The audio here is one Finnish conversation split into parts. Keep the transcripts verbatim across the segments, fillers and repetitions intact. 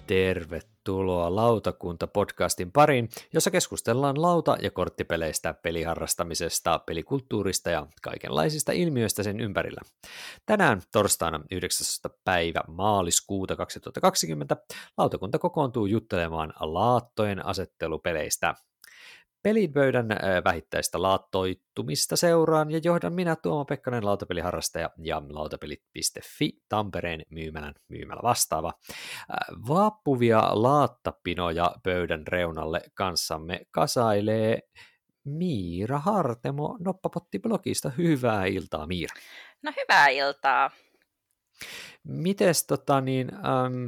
Tervetuloa Lautakunta-podcastin pariin, jossa keskustellaan lauta- ja korttipeleistä, peliharrastamisesta, pelikulttuurista ja kaikenlaisista ilmiöistä sen ympärillä. Tänään torstaina yhdeksästoista päivä maaliskuuta kaksituhattakaksikymmentä lautakunta kokoontuu juttelemaan laattojen asettelupeleistä. Pelipöydän vähittäistä laattoittumista seuraan ja johdan minä Tuomo Pekkanen, lautapeliharrastaja ja lautapelit piste fi Tampereen myymälän myymälä vastaava. Vaapuvia laattapinoja pöydän reunalle kanssamme kasailee Miira Hartemo Noppapotti-blogista. Hyvää iltaa, Miira. No hyvää iltaa. Mites tota niin... Ähm,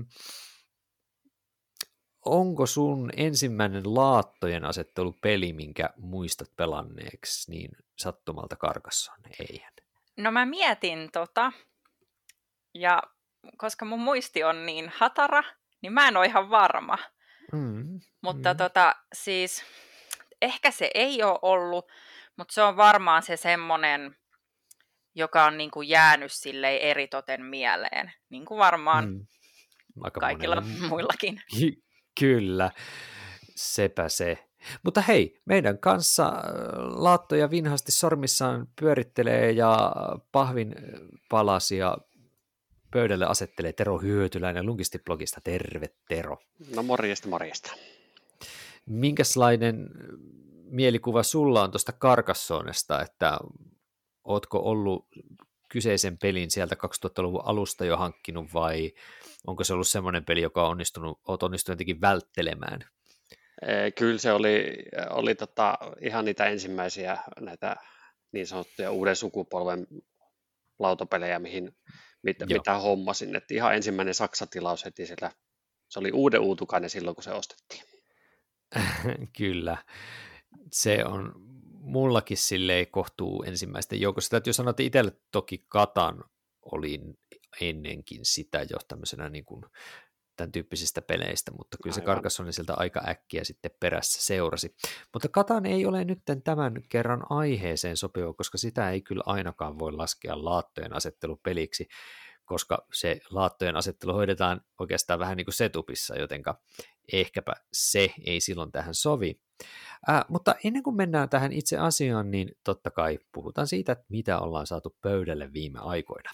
onko sun ensimmäinen laattojen asettelupeli, minkä muistat pelanneeksi, niin sattumalta Carcassonne? Eihän. No mä mietin tota, ja koska mun muisti on niin hatara, niin mä en ole ihan varma. Mm, mutta mm. tota, siis ehkä se ei ole ollut, mutta se on varmaan se semmonen, joka on niinku jäänyt silleen eritoten mieleen. Niin kuin varmaan Mm. Aika kaikilla monelle. muillakin. Kyllä, sepä se. Mutta hei, meidän kanssa laattoja vinhasti sormissaan pyörittelee ja pahvin palasia pöydälle asettelee Tero Hyötyläinen Lunkisti-blogista. Terve, Tero. No morjesta, morjesta. Minkälainen mielikuva sulla on tuosta Carcassonnesta, että ootko ollut kyseisen pelin sieltä kaksituhattaluvun alusta jo hankkinut vai onko se ollut semmoinen peli, joka on onnistunut, oot onnistunut jotenkin välttelemään? Kyllä se oli, oli tota, ihan niitä ensimmäisiä näitä niin sanottuja uuden sukupolven lautapelejä, mihin, mit, mitä hommasin. Et ihan ensimmäinen Saksa-tilaus heti siellä. Se oli uuden uutukainen silloin, kun se ostettiin. Kyllä, se on mullakin silleen kohtuu ensimmäisten joukossa. Täytyy sanoa, että itselle toki Katan olin ennenkin sitä jo tämmöisenä niin kuin tämän tyyppisistä peleistä, mutta kyllä se Carcassonne sieltä aika äkkiä sitten perässä seurasi. Mutta Katan ei ole nyt tämän kerran aiheeseen sopiva, koska sitä ei kyllä ainakaan voi laskea laattojen asettelupeliksi, koska se laattojen asettelu hoidetaan oikeastaan vähän niin kuin setupissa, jotenka ehkäpä se ei silloin tähän sovi. Äh, mutta ennen kuin mennään tähän itse asiaan, niin totta kai puhutaan siitä, että mitä ollaan saatu pöydälle viime aikoina.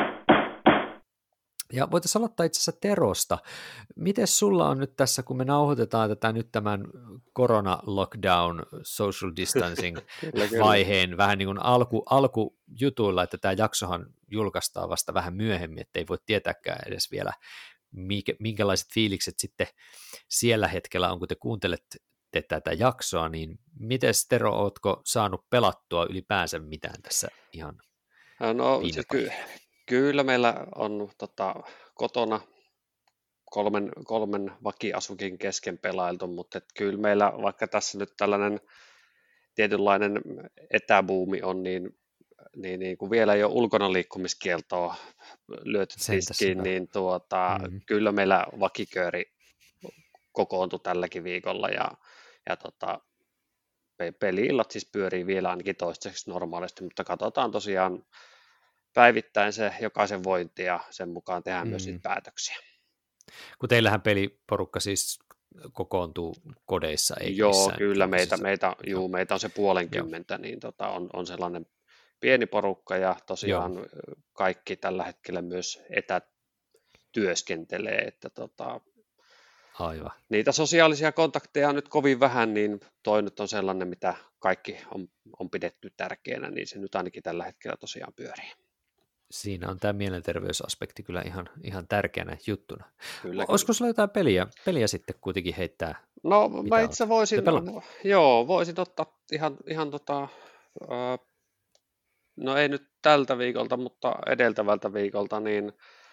Ja voitaisiin aloittaa itse asiassa Terosta. Miten sulla on nyt tässä, kun me nauhoitetaan tätä nyt tämän korona-lockdown, social distancing vaiheen vähän niin kuin alku, alkujutuilla, että tämä jaksohan julkaistaan vasta vähän myöhemmin, ettei voi tietääkään edes vielä, minkälaiset fiilikset sitten siellä hetkellä on, kun te kuuntelette tätä jaksoa, niin miten Tero, ootko saanut pelattua ylipäänsä mitään tässä ihan no, se ky- Kyllä meillä on tota, kotona kolmen, kolmen vakiasukin kesken pelailtu, mutta et kyllä meillä vaikka tässä nyt tällainen tietynlainen etäbuumi on, niin, niin, niin kun vielä ei ole ulkona liikkumiskieltoa lyöty tiskiin, niin tuota, mm-hmm. kyllä meillä vakikööri kokoontui tälläkin viikolla ja, ja tota, peli-illat siis pyörii vielä ainakin toistaiseksi normaalisti, mutta katsotaan tosiaan päivittäin se jokaisen vointi ja sen mukaan tehdään mm. myös niitä päätöksiä. Kun teillähän peliporukka siis kokoontuu kodeissa, ei Joo, missään. kyllä meitä, meitä, juu, meitä on se puolenkymmentä, niin tota, on, on sellainen pieni porukka ja tosiaan Joo. kaikki tällä hetkellä myös etätyöskentelee, että tota, Aivan. Niitä sosiaalisia kontakteja on nyt kovin vähän, niin toi nyt on sellainen, mitä kaikki on, on pidetty tärkeänä, niin se nyt ainakin tällä hetkellä tosiaan pyörii. Siinä on tämä mielenterveysaspekti kyllä ihan, ihan tärkeänä juttuna. Kyllä, Olisiko sulla jotain peliä, peliä sitten kuitenkin heittää? No mä itse voisin, joo, voisin ottaa ihan, ihan tota, äh, no ei nyt tältä viikolta, mutta edeltävältä viikolta, niin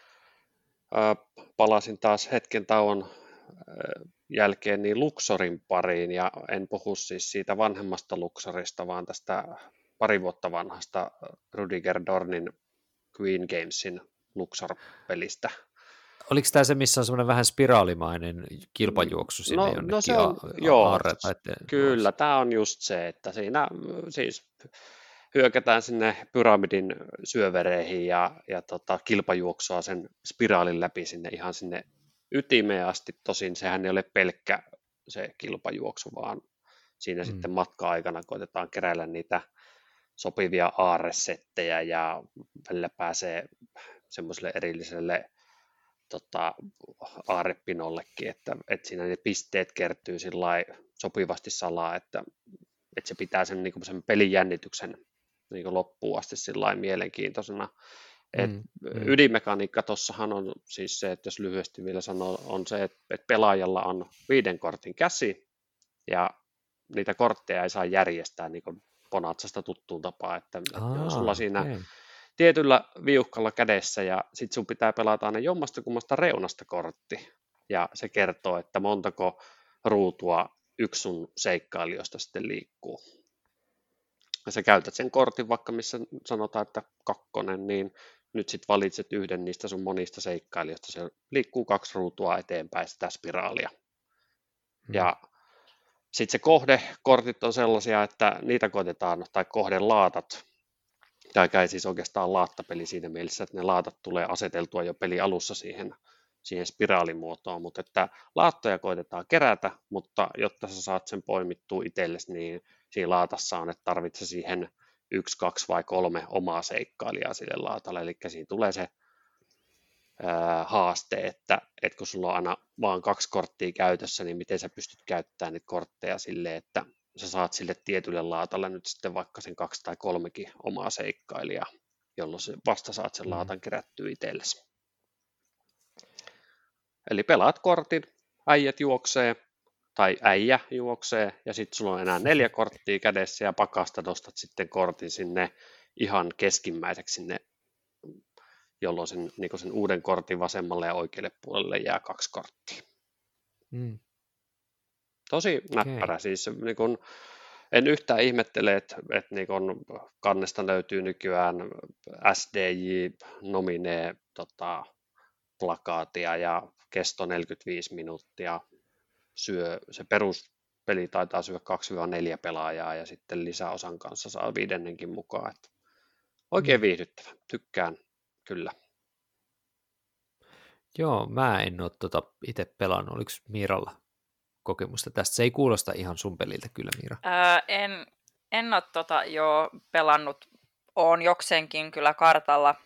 äh, palasin taas hetken tauon jälkeen niin Luxorin pariin, ja en puhu siis siitä vanhemmasta Luxorista, vaan tästä pari vuotta vanhasta Rudiger Dornin Queen Gamesin Luxor-pelistä. Oliko tämä se, missä on semmoinen vähän spiraalimainen kilpajuoksu sinne no, jonnekin? No se on, a- joo, aarreta, että kyllä, tämä on just se, että siinä siis hyökätään sinne pyramidin syövereihin ja, ja tota, kilpajuoksua sen spiraalin läpi sinne ihan sinne ytimeen asti, tosin sehän ei ole pelkkä se kilpajuoksu, vaan siinä mm. sitten matka-aikana koitetaan keräillä niitä sopivia aarresettejä ja välillä pääsee semmoiselle erilliselle tota, aarrepinollekin, että, että siinä ne pisteet kertyy sillai sopivasti salaa, että, että se pitää sen, niin kuin sen pelin jännityksen niin kuin loppuun asti sillai mielenkiintoisena. Et mm, mm. Ydinmekaniikka tuossahan on siis se, että jos lyhyesti vielä sanoo, on se, että, että pelaajalla on viiden kortin käsi ja niitä kortteja ei saa järjestää niin kuin Ponatsasta tuttuun tapaan, että Aa, sulla siinä okay. tietyllä viuhkalla kädessä ja sit sun pitää pelata aina jommasta kummasta reunasta kortti ja se kertoo, että montako ruutua yksi sun seikkailijoista sitten liikkuu. Ja sä käytät sen kortin vaikka missä sanotaan, että kakkonen, niin nyt sit valitset yhden niistä sun monista seikkailijoista, se liikkuu kaksi ruutua eteenpäin sitä spiraalia. Hmm. Ja sitten se kohdekortit on sellaisia, että niitä koitetaan, tai kohdelaatat, tämä ei siis oikeastaan laattapeli siinä mielessä, että ne laatat tulee aseteltua jo peli alussa siihen, siihen spiraalimuotoon, mutta että laattoja koitetaan kerätä, mutta jotta sä saat sen poimittua itsellesi, niin siinä laatassa on, että tarvitse siihen yksi, kaksi vai kolme omaa seikkailijaa sille laatalle, eli siinä tulee se ää, haaste, että, että kun sulla on aina vaan kaksi korttia käytössä, niin miten sä pystyt käyttämään niitä kortteja silleen, että sä saat sille tietylle laatalle nyt sitten vaikka sen kaksi tai kolmekin omaa seikkailijaa, jolloin se vasta saat sen laatan kerättyä itsellesi. Eli pelaat kortin, äijät juoksee, tai äijä juoksee, ja sitten sulla on enää neljä korttia kädessä, ja pakasta nostat sitten kortin sinne ihan keskimmäiseksi sinne, jolloin sen, niin sen uuden kortin vasemmalle ja oikealle puolelle jää kaksi korttia. Mm. Tosi näppärä. Okay. Siis, niin kun, en yhtään ihmettele, että, että niin kun kannesta löytyy nykyään S D J nominee tota, plakaatia ja kesto neljäkymmentäviisi minuuttia. Syö, se peruspeli taitaa syödä kaksi neljä pelaajaa ja sitten lisäosan kanssa saa viidennenkin mukaan. Että oikein viihdyttävä. Tykkään kyllä. Joo, mä en ole tota itse pelannut. Oliko Miiralla kokemusta tästä? Se ei kuulosta ihan sun peliltä kyllä, Miira. Öö, en, en ole tota jo pelannut. Oon jokseenkin kyllä kartalla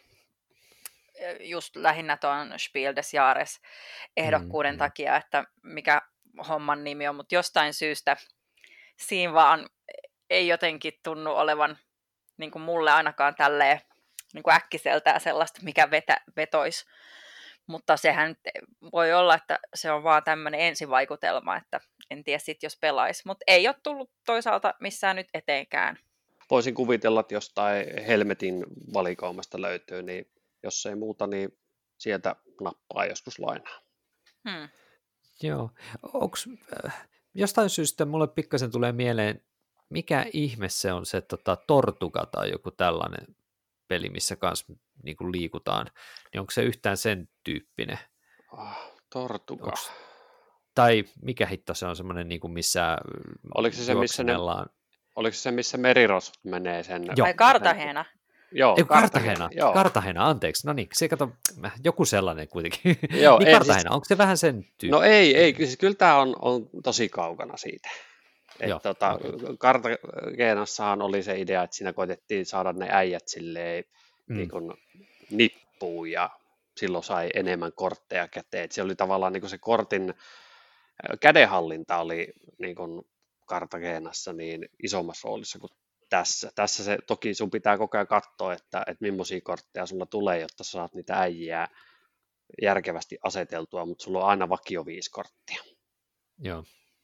just lähinnä tuon Spiel des Jahres ehdokkuuden mm, takia, että mikä homman nimi on, mutta jostain syystä siinä vaan ei jotenkin tunnu olevan niin kuin mulle ainakaan tälleen niin kuin äkkiseltään sellaista, mikä vetä, vetoisi. Mutta sehän voi olla, että se on vaan tämmöinen ensivaikutelma, että en tiedä sit, jos pelaisi. Mutta ei ole tullut toisaalta missään nyt eteenkään. Voisin kuvitella, että jostain Helmetin valikoimasta löytyy, niin jos ei muuta, niin sieltä nappaa joskus lainaa. Hmm. Joo. Onks, äh, jostain syystä mulle pikkasen tulee mieleen, mikä ihme se on se tota, Tortuga tai joku tällainen peli, missä kanssa niin kuin liikutaan, niin onko se yhtään sen tyyppinen? Oh, Tortuga. Onks, tai mikä hitto se on semmoinen, niin kuin missä oliko se se, missä ne, oliko se se, missä merirosvot menee sen? Joo. Vai Cartagena? Joo, ei, Cartagena. Joo. Cartagena, anteeksi. No niin, se kato, joku sellainen kuitenkin. Joo, niin Cartagena, siis, onko se vähän sen tyyppi? No ei, ei siis kyllä tämä on, on tosi kaukana siitä. Joo, tota, okay. Cartagenassahan oli se idea, että siinä koitettiin saada ne äijät silleen mm. niin kuin nippuun ja silloin sai enemmän kortteja käteen. Et se oli tavallaan niin kuin se kortin kädenhallinta oli niin kuin Cartagenassa niin isommassa roolissa kuin tässä. Tässä se, toki sun pitää koko ajan katsoa, että, että millaisia kortteja sulla tulee, jotta sä saat niitä äijiä järkevästi aseteltua, mutta sulla on aina vakio viisi korttia. Joo.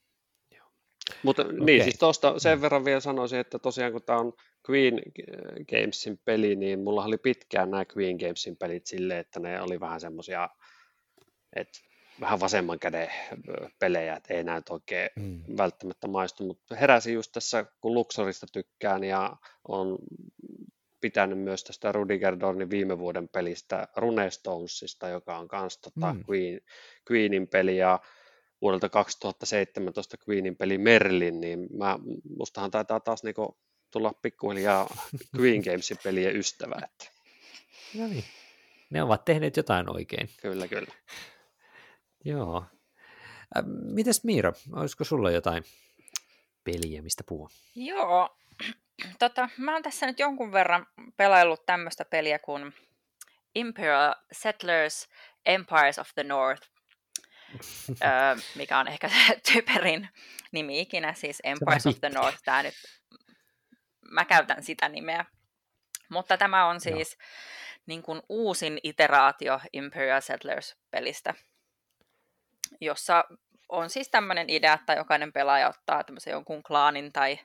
Mutta okay. Niin, siis tuosta sen verran vielä sanoisin, että tosiaan kun tämä on Queen Gamesin peli, niin mulla oli pitkään nämä Queen Gamesin pelit silleen, että ne oli vähän semmoisia, että vähän vasemman käden pelejä, että ei näy oikein mm. välttämättä maistu, mutta heräsin just tässä, kun Luxorista tykkään ja on pitänyt myös tästä Rudiger Dornin viime vuoden pelistä Runestonesista, joka on myös tota mm. Queen, Queenin peli ja vuodelta kaksituhattaseitsemäntoista Queenin peli Merlin, niin mä, mustahan taitaa taas niinku tulla pikkuhiljaa Queen Gamesin pelien ystävä. Että. No niin, ne ovat tehneet jotain oikein. Kyllä, kyllä. Joo. Äh, mites Miira, olisiko sulla jotain peliä, mistä puhua? Joo, tota, mä oon tässä nyt jonkun verran pelaillut tämmöistä peliä kuin Imperial Settlers Empires of the North, öö, mikä on ehkä typerin nimi ikinä, siis Empires of the North, tää nyt, mä käytän sitä nimeä. Mutta tämä on siis niin kuin uusin iteraatio Imperial Settlers-pelistä, jossa on siis tämmöinen idea, että jokainen pelaaja ottaa tämmöisen jonkun klaanin tai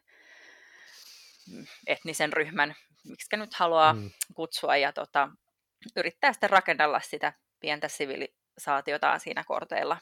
etnisen ryhmän, miksi nyt haluaa mm. kutsua, ja tota, yrittää sitten rakennella sitä pientä sivilisaatiotaan siinä korteilla.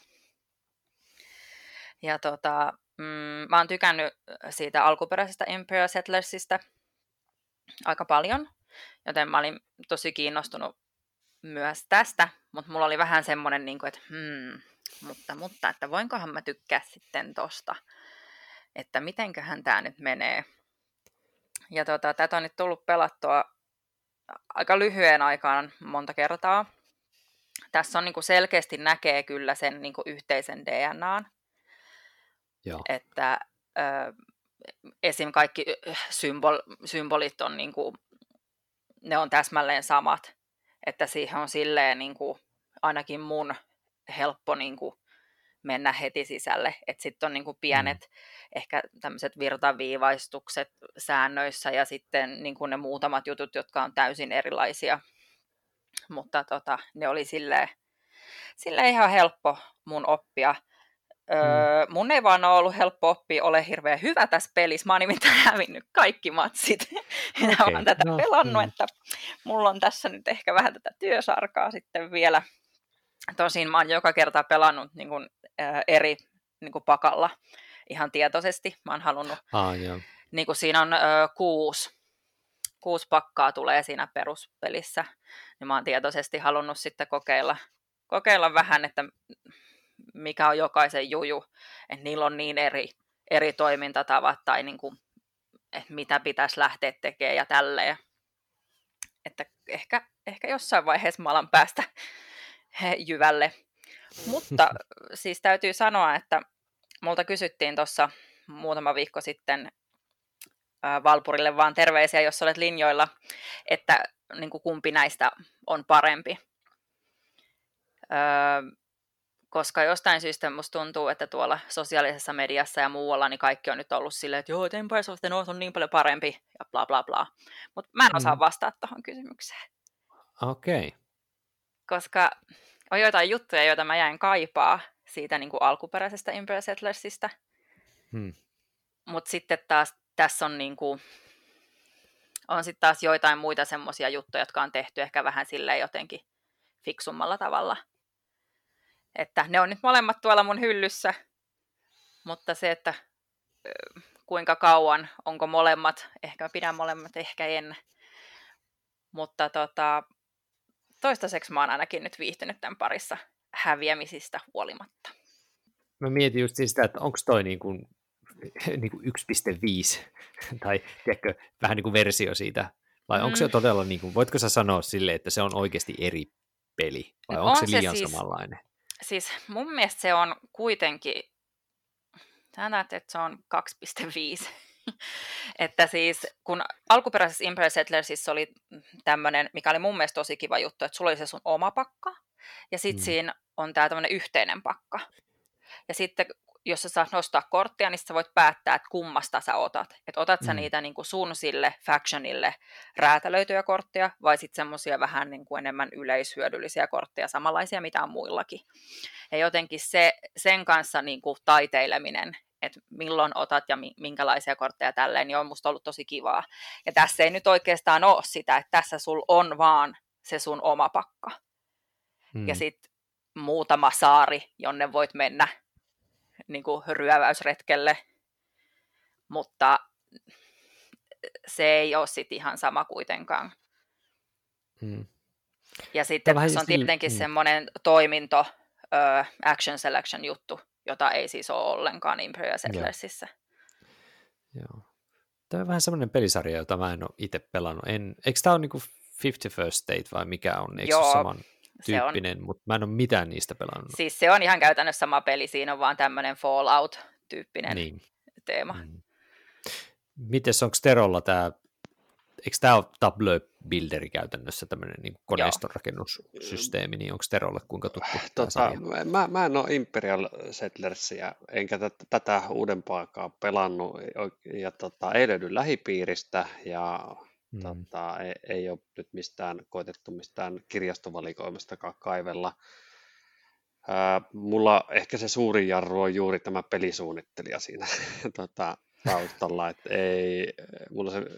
Ja tota, mm, mä oon tykännyt siitä alkuperäisestä Imperial Settlersista aika paljon, joten mä olin tosi kiinnostunut myös tästä, mutta mulla oli vähän semmoinen, niin kuin, että hmm, mutta, mutta, että voinkohan mä tykkää sitten tosta, että mitenköhän tää nyt menee. Ja tota, tätä on nyt tullut pelattua aika lyhyen aikaan monta kertaa. Tässä on niin kuin selkeästi näkee kyllä sen niin kuin yhteisen D N A:n. Joo. Että ö, esim. Kaikki symbol, symbolit on niin kuin, ne on täsmälleen samat, että siihen on silleen niin kuin, ainakin mun helppo niin kuin, mennä heti sisälle, että sitten on niin kuin, pienet mm. ehkä tämmöiset virtaviivaistukset säännöissä ja sitten niin kuin ne muutamat jutut, jotka on täysin erilaisia, mutta tota, ne oli silleen, silleen ihan helppo mun oppia. Öö, mm. Mun ei vaan ole ollut helppo oppia ole hirveän hyvä tässä pelissä. Mä oon nimittäin hävinnyt kaikki matsit. Okay. Mä oon tätä no, pelannut, mm. että mulla on tässä nyt ehkä vähän tätä työsarkaa sitten vielä. Tosin mä oon joka kerta pelannut niin kuin, ää, eri niin kuin pakalla ihan tietoisesti. Mä oon halunnut, ah, niin kuin siinä on ää, kuusi, kuusi pakkaa tulee siinä peruspelissä. Niin mä oon tietoisesti halunnut sitten kokeilla, kokeilla vähän, että mikä on jokaisen juju, että niillä on niin eri, eri toimintatavat tai niin kuin, että mitä pitäisi lähteä tekemään ja tälleen. Että ehkä, ehkä jossain vaiheessa mä alan päästä jyvälle. Mutta siis täytyy sanoa, että multa kysyttiin tuossa muutama viikko sitten ää, Valpurille vaan terveisiä, jos olet linjoilla, että niin kuin kumpi näistä on parempi. Öö, Koska jostain syystä musta tuntuu, että tuolla sosiaalisessa mediassa ja muualla niin kaikki on nyt ollut silleen, että joo, Empires of the North on niin paljon parempi ja bla bla bla. Mutta mä en osaa mm. vastata tuohon kysymykseen. Okei. Okay. Koska on joitain juttuja, joita mä jäin kaipaa siitä niin kuin alkuperäisestä Imperial Settlersista. Hmm. Mutta sitten taas tässä on, niin kuin, on sitten taas joitain muita semmoisia juttuja, jotka on tehty ehkä vähän silleen jotenkin fiksummalla tavalla. Että ne on nyt molemmat tuolla mun hyllyssä, mutta se, että kuinka kauan, onko molemmat, ehkä mä pidän molemmat, ehkä en. Mutta tota, toistaiseksi mä oon ainakin nyt viihtynyt tämän parissa häviämisistä huolimatta. Mä mietin just sitä, että onko toi niin kuin, niin kuin yksi pilkku viisi tai tiedätkö, vähän niin kuin versio siitä, vai mm. onko se todella, niin kuin, voitko sä sanoa sille, että se on oikeasti eri peli, vai onko on se liian se siis... samanlainen? Siis mun mielestä se on kuitenkin, sanotaan, että se on kaksi pilkku viisi. Että siis kun alkuperäisessä Imperial Settlersissa oli tämmöinen, mikä oli mun mielestä tosi kiva juttu, että sulla oli se sun oma pakka, ja sitten mm. siinä on tää tämmöinen yhteinen pakka. Ja sitten jos sä saat nostaa korttia, niin sä voit päättää, että kummasta sä otat. Että otat sä mm. niitä niin kuin sun sille factionille räätälöityjä kortteja, vai sitten semmoisia vähän niin kuin enemmän yleishyödyllisiä kortteja, samanlaisia mitä on muillakin. Ja jotenkin se, sen kanssa niin kuin taiteileminen, että milloin otat ja minkälaisia kortteja tälleen, niin on musta ollut tosi kivaa. Ja tässä ei nyt oikeastaan ole sitä, että tässä sul on vaan se sun oma pakka. Mm. Ja sitten muutama saari, jonne voit mennä niin kuin ryöväysretkelle, mutta se ei ole sitten ihan sama kuitenkaan. Hmm. Ja sitten se on tietenkin hmm. semmoinen toiminto, uh, action selection juttu, jota ei siis ole ollenkaan Imperial Settlersissä. Joo. Tämä on vähän semmoinen pelisarja, jota mä en ole itse pelannut. En, eikö tämä ole niinku fifty First State vai mikä on? Eikö Joo, saman... tyyppinen, mutta mä en ole mitään niistä pelannut. Siis se on ihan käytännössä sama peli, siinä on vaan tämmöinen Fallout-tyyppinen niin. teema. Mm. Mites, onko Terolla tämä, eikö tämä ole Tableau Builderi käytännössä tämmöinen niin koneistonrakennussysteemi, niin onko Terolle kuinka tuttu tota, mä, mä en ole Imperial Settlersia, enkä t- tätä uudempaakaan pelannut, ja tota, ei löydy lähipiiristä, ja mm. tota, ei, ei ole nyt mistään koetettu mistään kirjastovalikoimistakaan kaivella. Ää, mulla ehkä se suurin jarru on juuri tämä pelisuunnittelija siinä tota, taustalla, että ei, mulla se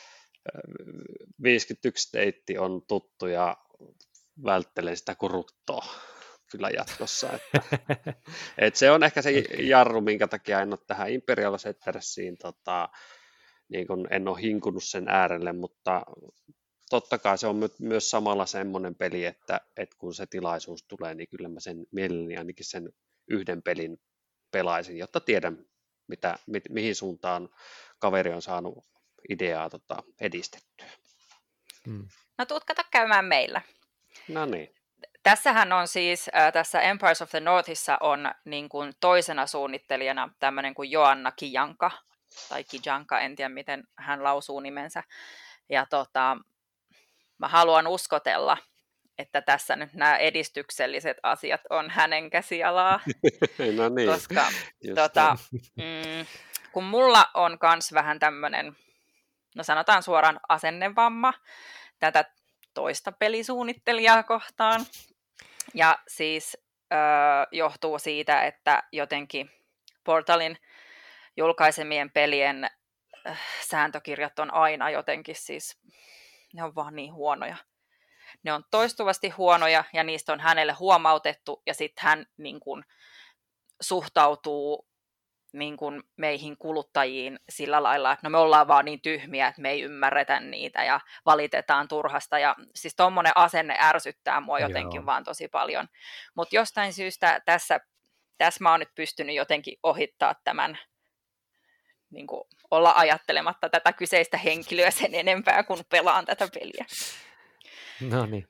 viisikymmentäyksi deitti on tuttu ja välttelen sitä kuin ruttoa kyllä jatkossa. Että, et se on ehkä se jarru, minkä takia en ole tähän Imperial Settersiin, tota, niin kun en ole hinkunut sen äärelle, mutta totta kai se on myös samalla semmoinen peli, että, että kun se tilaisuus tulee, niin kyllä mä sen mielelläni ainakin sen yhden pelin pelaisin, jotta tiedän, mitä, mi, mihin suuntaan kaveri on saanut ideaa tota, edistettyä. Hmm. No tuut kato käymään meillä. No niin. Tässähän on siis, äh, tässä Empires of the Northissa on niin kuin toisena suunnittelijana tämmöinen kuin Joanna Kijanka, tai Kijanka, en tiedä miten hän lausuu nimensä. Ja tota, mä haluan uskotella, että tässä nyt nämä edistykselliset asiat on hänen käsialaa. No niin. Koska tota, mm, kun mulla on kans vähän tämmöinen, no sanotaan suoraan asennevamma tätä toista pelisuunnittelijaa kohtaan. Ja siis ö, johtuu siitä, että jotenkin Portalin julkaisemien pelien äh, sääntökirjat on aina jotenkin siis, ne on vaan niin huonoja. Ne on toistuvasti huonoja ja niistä on hänelle huomautettu ja sitten hän niin kun, suhtautuu niin kun, meihin kuluttajiin sillä lailla, että no me ollaan vaan niin tyhmiä, että me ei ymmärretä niitä ja valitetaan turhasta. Ja siis tommonen asenne ärsyttää mua jotenkin Joo. vaan tosi paljon. Mutta jostain syystä tässä, tässä mä oon nyt pystynyt jotenkin ohittaa tämän, niin kun, olla ajattelematta tätä kyseistä henkilöä sen enempää, kun pelaan tätä peliä. No niin,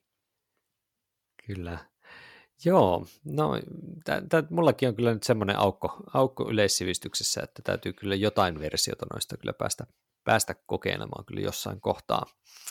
kyllä. Joo, no tä, tä, mullakin on kyllä nyt semmoinen aukko, aukko yleissivistyksessä, että täytyy kyllä jotain versiota noista kyllä päästä, päästä kokeilemaan kyllä jossain kohtaa.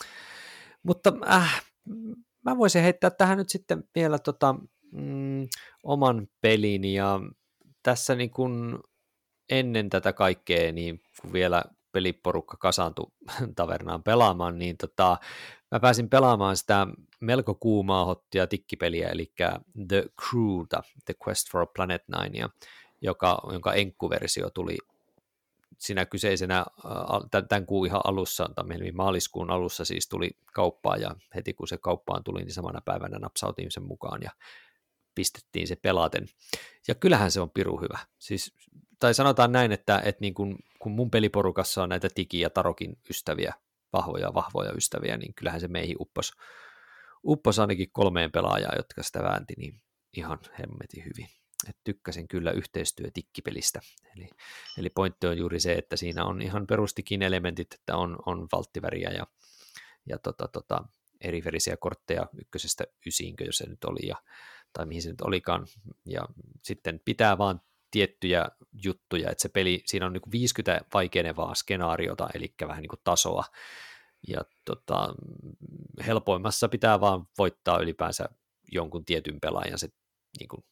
Mutta äh, mä voisin heittää tähän nyt sitten vielä tota, mm, oman pelin, ja tässä niin kun ennen tätä kaikkea, niin kun vielä peliporukka kasaantui tavernaan pelaamaan, niin tota, mä pääsin pelaamaan sitä melko kuumaa hottia tikkipeliä, eli The Crewta, The Quest for Planet Nine, joka, jonka enkkuversio tuli siinä kyseisenä tämän kuun ihan alussa, tai maaliskuun alussa siis tuli kauppaan, ja heti kun se kauppaan tuli, niin samana päivänä napsautiin sen mukaan, ja pistettiin se pelaten. Ja kyllähän se on pirun hyvä. Siis, tai sanotaan näin, että, että niin kun, kun mun peliporukassa on näitä Tiki- ja Tarokin ystäviä, vahvoja, vahvoja ystäviä, niin kyllähän se meihin uppos, uppos ainakin kolmeen pelaajaa, jotka sitä väänti, niin ihan hemmetin hyvin. Et tykkäsin kyllä yhteistyötikkipelistä. Eli, eli pointti on juuri se, että siinä on ihan perustikin elementit, että on, on valttiväriä ja, ja tota, tota, eri värisiä kortteja ykkösestä ysiinkö, jos se nyt oli, ja, tai mihin se nyt olikaan. Ja sitten pitää vaan tiettyjä juttuja, että se peli, siinä on niin kuin viisikymmentä vaikenevaa skenaariota, eli vähän niin kuin tasoa, ja tota, helpoimmassa pitää vaan voittaa ylipäänsä jonkun tietyn pelaajan se niin kuin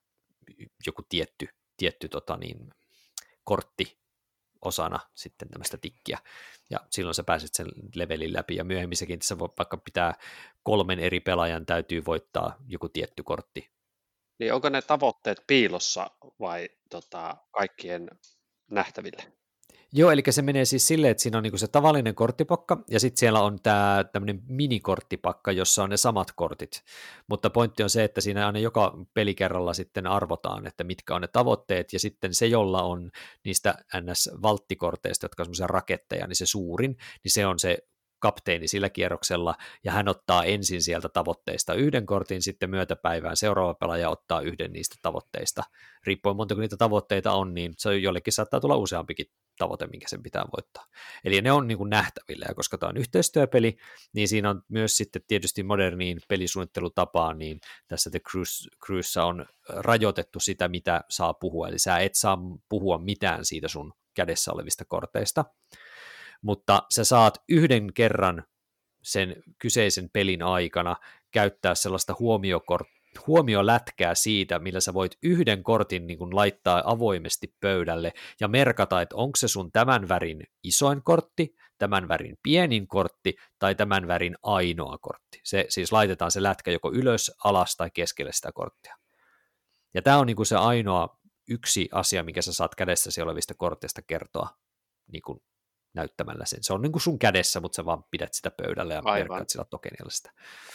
joku tietty, tietty tota niin, kortti osana sitten tämmöistä tikkiä, ja silloin sä pääset sen levelin läpi, ja myöhemmissäkin tässä voi, vaikka pitää kolmen eri pelaajan täytyy voittaa joku tietty kortti. Niin onko ne tavoitteet piilossa vai tota, kaikkien nähtäville? Joo, eli se menee siis silleen, että siinä on niinku se tavallinen korttipakka, ja sitten siellä on tämä tämmöinen minikorttipakka, jossa on ne samat kortit, mutta pointti on se, että siinä aina joka pelikerralla sitten arvotaan, että mitkä on ne tavoitteet, ja sitten se, jolla on niistä N S-valttikorteista, jotka on semmoisia raketteja, niin se suurin, niin se on se kapteeni sillä kierroksella, ja hän ottaa ensin sieltä tavoitteista yhden kortin, sitten myötäpäivään seuraava pelaaja ottaa yhden niistä tavoitteista. Riippuen montako niitä tavoitteita on, niin se jollekin saattaa tulla useampikin tavoite, minkä sen pitää voittaa. Eli ne on niin kuin nähtävillä, ja koska tämä on yhteistyöpeli, niin siinä on myös sitten tietysti moderniin pelisuunnittelutapaan, niin tässä The Cruise, Cruisessa on rajoitettu sitä, mitä saa puhua, eli sä et saa puhua mitään siitä sun kädessä olevista korteista, mutta sä saat yhden kerran sen kyseisen pelin aikana käyttää sellaista huomiokort- huomiolätkää siitä, millä sä voit yhden kortin niin kun laittaa avoimesti pöydälle ja merkata, että onko se sun tämän värin isoin kortti, tämän värin pienin kortti tai tämän värin ainoa kortti. Se siis laitetaan se lätkä joko ylös, alas tai keskelle sitä korttia. Ja tämä on niin kun se ainoa yksi asia, mikä sä saat kädessäsi olevista korteista kertoa niin kun näyttämällä sen. Se on niin kuin sun kädessä, mutta sä vaan pidät sitä pöydällä ja merkkaat sillä tokenilla sitä.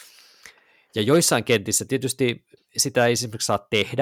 Ja joissain kentissä tietysti sitä ei esimerkiksi saa tehdä,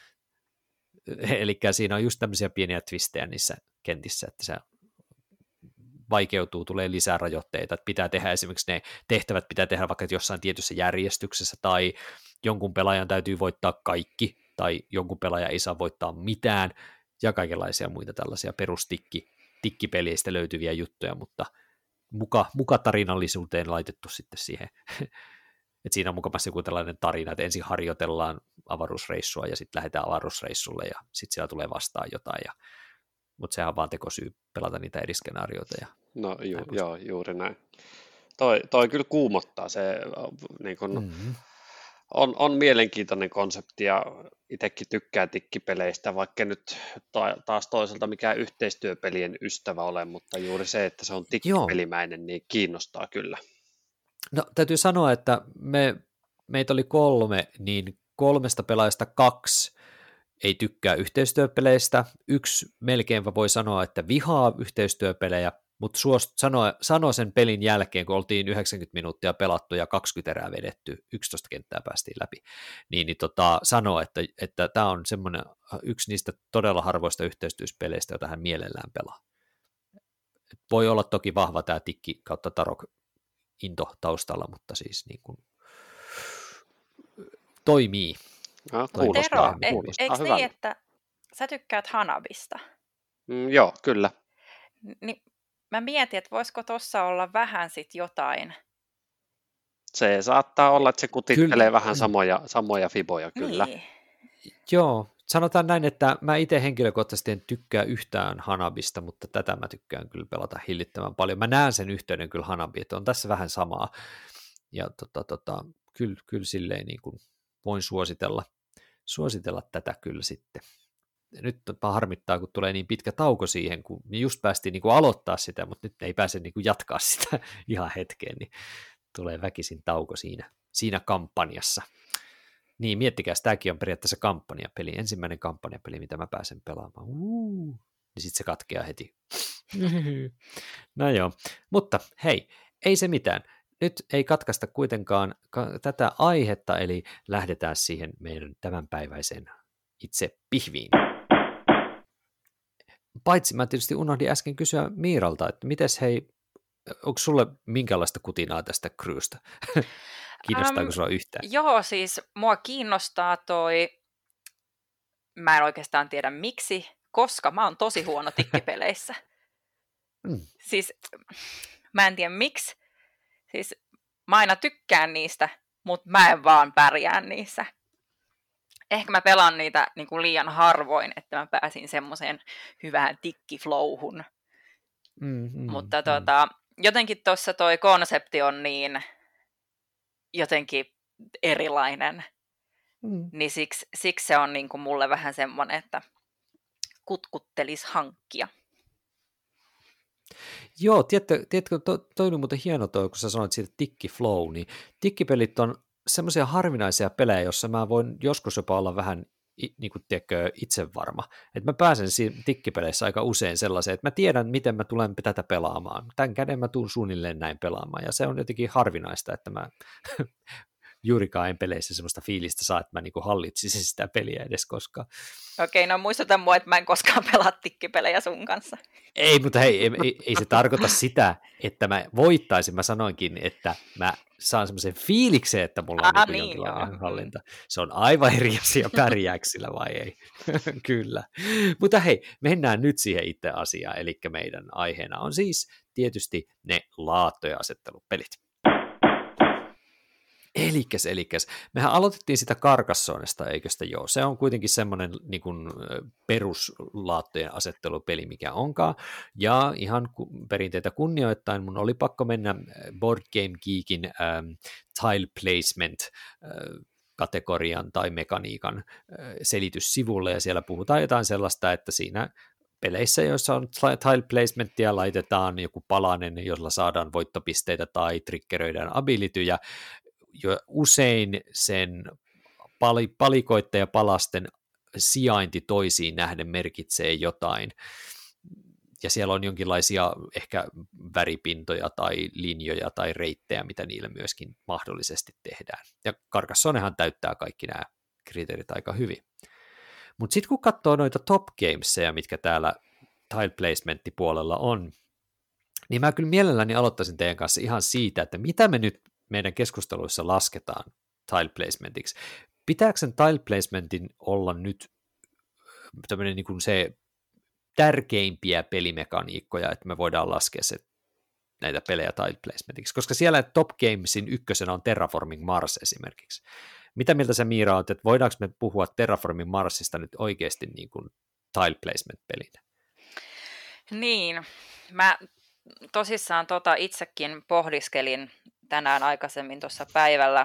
eli siinä on just tämmöisiä pieniä twistejä niissä kentissä, että se vaikeutuu, tulee lisää rajoitteita, että pitää tehdä esimerkiksi ne tehtävät pitää tehdä vaikka jossain tietyssä järjestyksessä, tai jonkun pelaajan täytyy voittaa kaikki, tai jonkun pelaaja ei saa voittaa mitään, ja kaikenlaisia muita tällaisia perustikki tikkipeleistä löytyviä juttuja, mutta muka, muka tarinallisuuteen laitettu sitten siihen, että siinä on mukavasti joku tällainen tarina, että ensin harjoitellaan avaruusreissua ja sitten lähdetään avaruusreissulle ja sitten siellä tulee vastaan jotain, ja, mutta sehän on vaan tekosyy pelata niitä eri skenaarioita. Ja no ju, joo, juuri näin. Toi, toi kyllä kuumottaa, se niin kun, mm-hmm. on, on mielenkiintoinen konsepti ja itsekin tykkää tikkipeleistä, vaikka nyt taas toisaalta mikään yhteistyöpelien ystävä ole, mutta juuri se, että se on tikkipelimäinen, niin kiinnostaa kyllä. No täytyy sanoa, että me, meitä oli kolme, niin kolmesta pelaajasta kaksi ei tykkää yhteistyöpeleistä. Yksi melkeinpä voi sanoa, että vihaa yhteistyöpelejä, mutta suost, sanoo, sanoo sen pelin jälkeen, kun oltiin yhdeksänkymmentä minuuttia pelattu ja kaksikymmentä erää vedetty, yksitoista kenttää päästiin läpi, niin, niin tota, sanoo, että että tämä on semmoinen yksi niistä todella harvoista yhteistyöpeleistä, jota hän mielellään pelaa. Voi olla toki vahva tämä tikki kautta tarok into taustalla, mutta siis niin kuin toimii. No, Tero, e, eikö niin, että sä tykkäät Hanabista? Mm, joo, kyllä. Niin mä mietin, että voisiko tuossa olla vähän sit jotain. Se saattaa olla, että se kutittelee kyllä vähän samoja, samoja fiboja, kyllä. Niin. Joo, sanotaan näin, että mä itse henkilökohtaisesti en tykkää yhtään Hanabista, mutta tätä mä tykkään kyllä pelata hillittömän paljon. Mä näen sen yhteyden kyllä Hanabiin, että on tässä vähän samaa. Ja tota, tota, kyllä, kyllä silleen niin kuin voin suositella, suositella tätä kyllä sitten. Nyt harmittaa, kun tulee niin pitkä tauko siihen, kun just päästiin niin kuin aloittaa sitä, mutta nyt ei pääse niin kuin jatkaa sitä ihan hetkeen, niin tulee väkisin tauko siinä, siinä kampanjassa. Niin, miettikää, tämäkin on periaatteessa kampanjapeli, ensimmäinen kampanjapeli, mitä mä pääsen pelaamaan. Uuu. Niin sitten se katkeaa heti. No joo, mutta hei, ei se mitään. Nyt ei katkaista kuitenkaan ka- tätä aihetta, eli lähdetään siihen meidän tämänpäiväiseen itse pihviin. Paitsi mä tietysti unohdin äsken kysyä Miiralta, että mites hei, onko sulle minkälaista kutinaa tästä Cruisesta? Kiinnostaako um, sua yhtään? Joo, siis mua kiinnostaa toi, mä en oikeastaan tiedä miksi, koska mä oon tosi huono tikkipeleissä. mm. Siis mä en tiedä miksi, siis mä aina tykkään niistä, mutta mä en vaan pärjää niissä. Ehkä mä pelaan niitä niin kuin liian harvoin, että mä pääsin semmoiseen hyvään tikkiflowhun. Mm, mm, mutta mm. Tota, jotenkin tuossa toi konsepti on niin jotenkin erilainen, mm. niin siksi, siksi se on niin kuin mulle vähän semmoinen, että kutkuttelisi hankkia. Joo, tiedätkö, tiedätkö to, toi oli muuten hieno toi, kun sä sanoit siitä tikkiflow, niin tikkipelit on semmoisia harvinaisia pelejä, jossa mä voin joskus jopa olla vähän niin kuin, tiedätkö, itsevarma. Että mä pääsen tikkipeleissä aika usein sellaiseen, että mä tiedän, miten mä tulen tätä pelaamaan. Tämän käden mä tuun suunnilleen näin pelaamaan, ja se on jotenkin harvinaista, että mä juurikaan en peleissä semmoista fiilistä saa, että mä niinku hallitsisin sitä peliä edes koskaan. Okei, no muistutan mua, että mä en koskaan pelaa tikkipelejä sun kanssa. Ei, mutta hei, ei, ei, ei se tarkoita sitä, että mä voittaisin. Mä sanoinkin, että mä saan semmoisen fiiliksen, että mulla on Ah, niin, niin, jonkinlainen joo. hallinta. Se on aivan eri asia, pärjääkö sillä vai ei. Kyllä. Mutta hei, mennään nyt siihen itse asiaan. Eli meidän aiheena on siis tietysti ne laatto- ja asettelupelit. Elikäs, elikäs. Mehän aloitettiin sitä Carcassonnesta, eikö sitä joo? Se on kuitenkin semmoinen niin kuin peruslaattojen asettelupeli, mikä onkaan. Ja ihan perinteitä kunnioittain mun oli pakko mennä Board Game Geekin ähm, Tile Placement äh, kategorian tai mekaniikan äh, selityssivulle, ja siellä puhutaan jotain sellaista, että siinä peleissä, joissa on tile placementtia, laitetaan joku palanen, jolla saadaan voittopisteitä tai triggeröidään abilityjä. Jo usein sen palikoiden ja palasten sijainti toisiin nähden merkitsee jotain, ja siellä on jonkinlaisia ehkä väripintoja tai linjoja tai reittejä, mitä niillä myöskin mahdollisesti tehdään. Ja Carcassonnehan täyttää kaikki nämä kriteerit aika hyvin. Mutta sitten kun katsoo noita top gamesia, mitkä täällä tile placementti-puolella on, niin mä kyllä mielelläni aloittaisin teidän kanssa ihan siitä, että mitä me nyt meidän keskusteluissa lasketaan tile placementiksi. Pitääkö sen tile placementin olla nyt tämmöinen niin kuin se tärkeimpiä pelimekaniikkoja, että me voidaan laskea se, näitä pelejä tile placementiksi, koska siellä Top Gamesin ykkösenä on Terraforming Mars esimerkiksi. Mitä mieltä sä, Miira, olet, että voidaanko me puhua Terraforming Marsista nyt oikeasti niin kuin tile placement-pelinä? Niin, mä tosissaan tota itsekin pohdiskelin tänään aikaisemmin tuossa päivällä,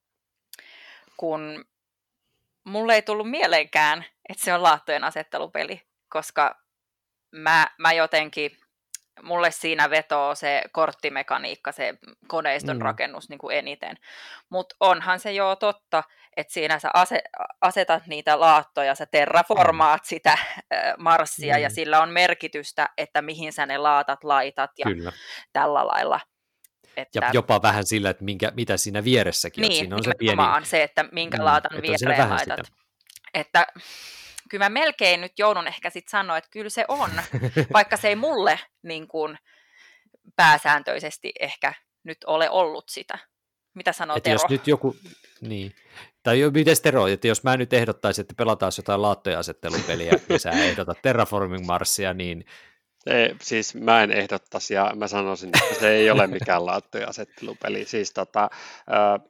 kun mulle ei tullut mieleenkään, että se on laattojen asettelupeli, koska mä, mä jotenkin, mulle siinä vetoo se korttimekaniikka, se koneiston mm. rakennus niin kuin eniten. Mutta onhan se jo totta, että siinä sä asetat niitä laattoja, sä terraformaat mm. sitä äh, Marsia, mm. ja sillä on merkitystä, että mihin sä ne laatat laitat ja Kyllä. tällä lailla. Että... Ja jopa vähän sillä, että minkä, mitä siinä vieressäkin niin, on. Siinä on se pieni... se, että minkä laatan mm, viereen laitat. Sitä. Että kyllä mä melkein nyt joudun ehkä sitten sanoa, että kyllä se on, vaikka se ei mulle niin kuin pääsääntöisesti ehkä nyt ole ollut sitä. Mitä sanoo että Tero? Jos nyt joku, niin. Tai jo, miten Tero, että jos mä nyt ehdottaisin, että pelataan jotain laattoja asettelupeliä, ja sä ehdotat Terraforming Marsia, niin... Ei, siis mä en ehdottaisi, ja mä sanoisin, että se ei ole mikään laattoja asettelupeli. Siis tota... Äh,